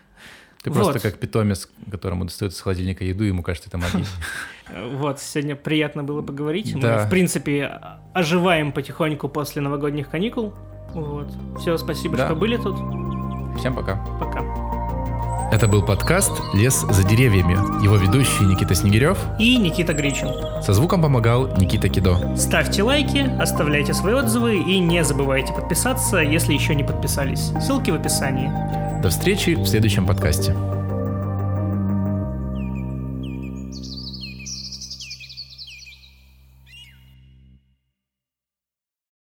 Ты вот. Просто как питомец, которому достается с холодильника еду, ему кажется, это магия. Вот, сегодня приятно было поговорить. Да. Мы, в принципе, оживаем потихоньку после новогодних каникул. Вот. Все, спасибо, да. что были тут. Всем пока. Пока. Это был подкаст «Лес за деревьями». Его ведущие Никита Снегирев и Никита Гричин. Со звуком помогал Никита Кидо. Ставьте лайки, оставляйте свои отзывы и не забывайте подписаться, если еще не подписались. Ссылки в описании. До встречи в следующем подкасте.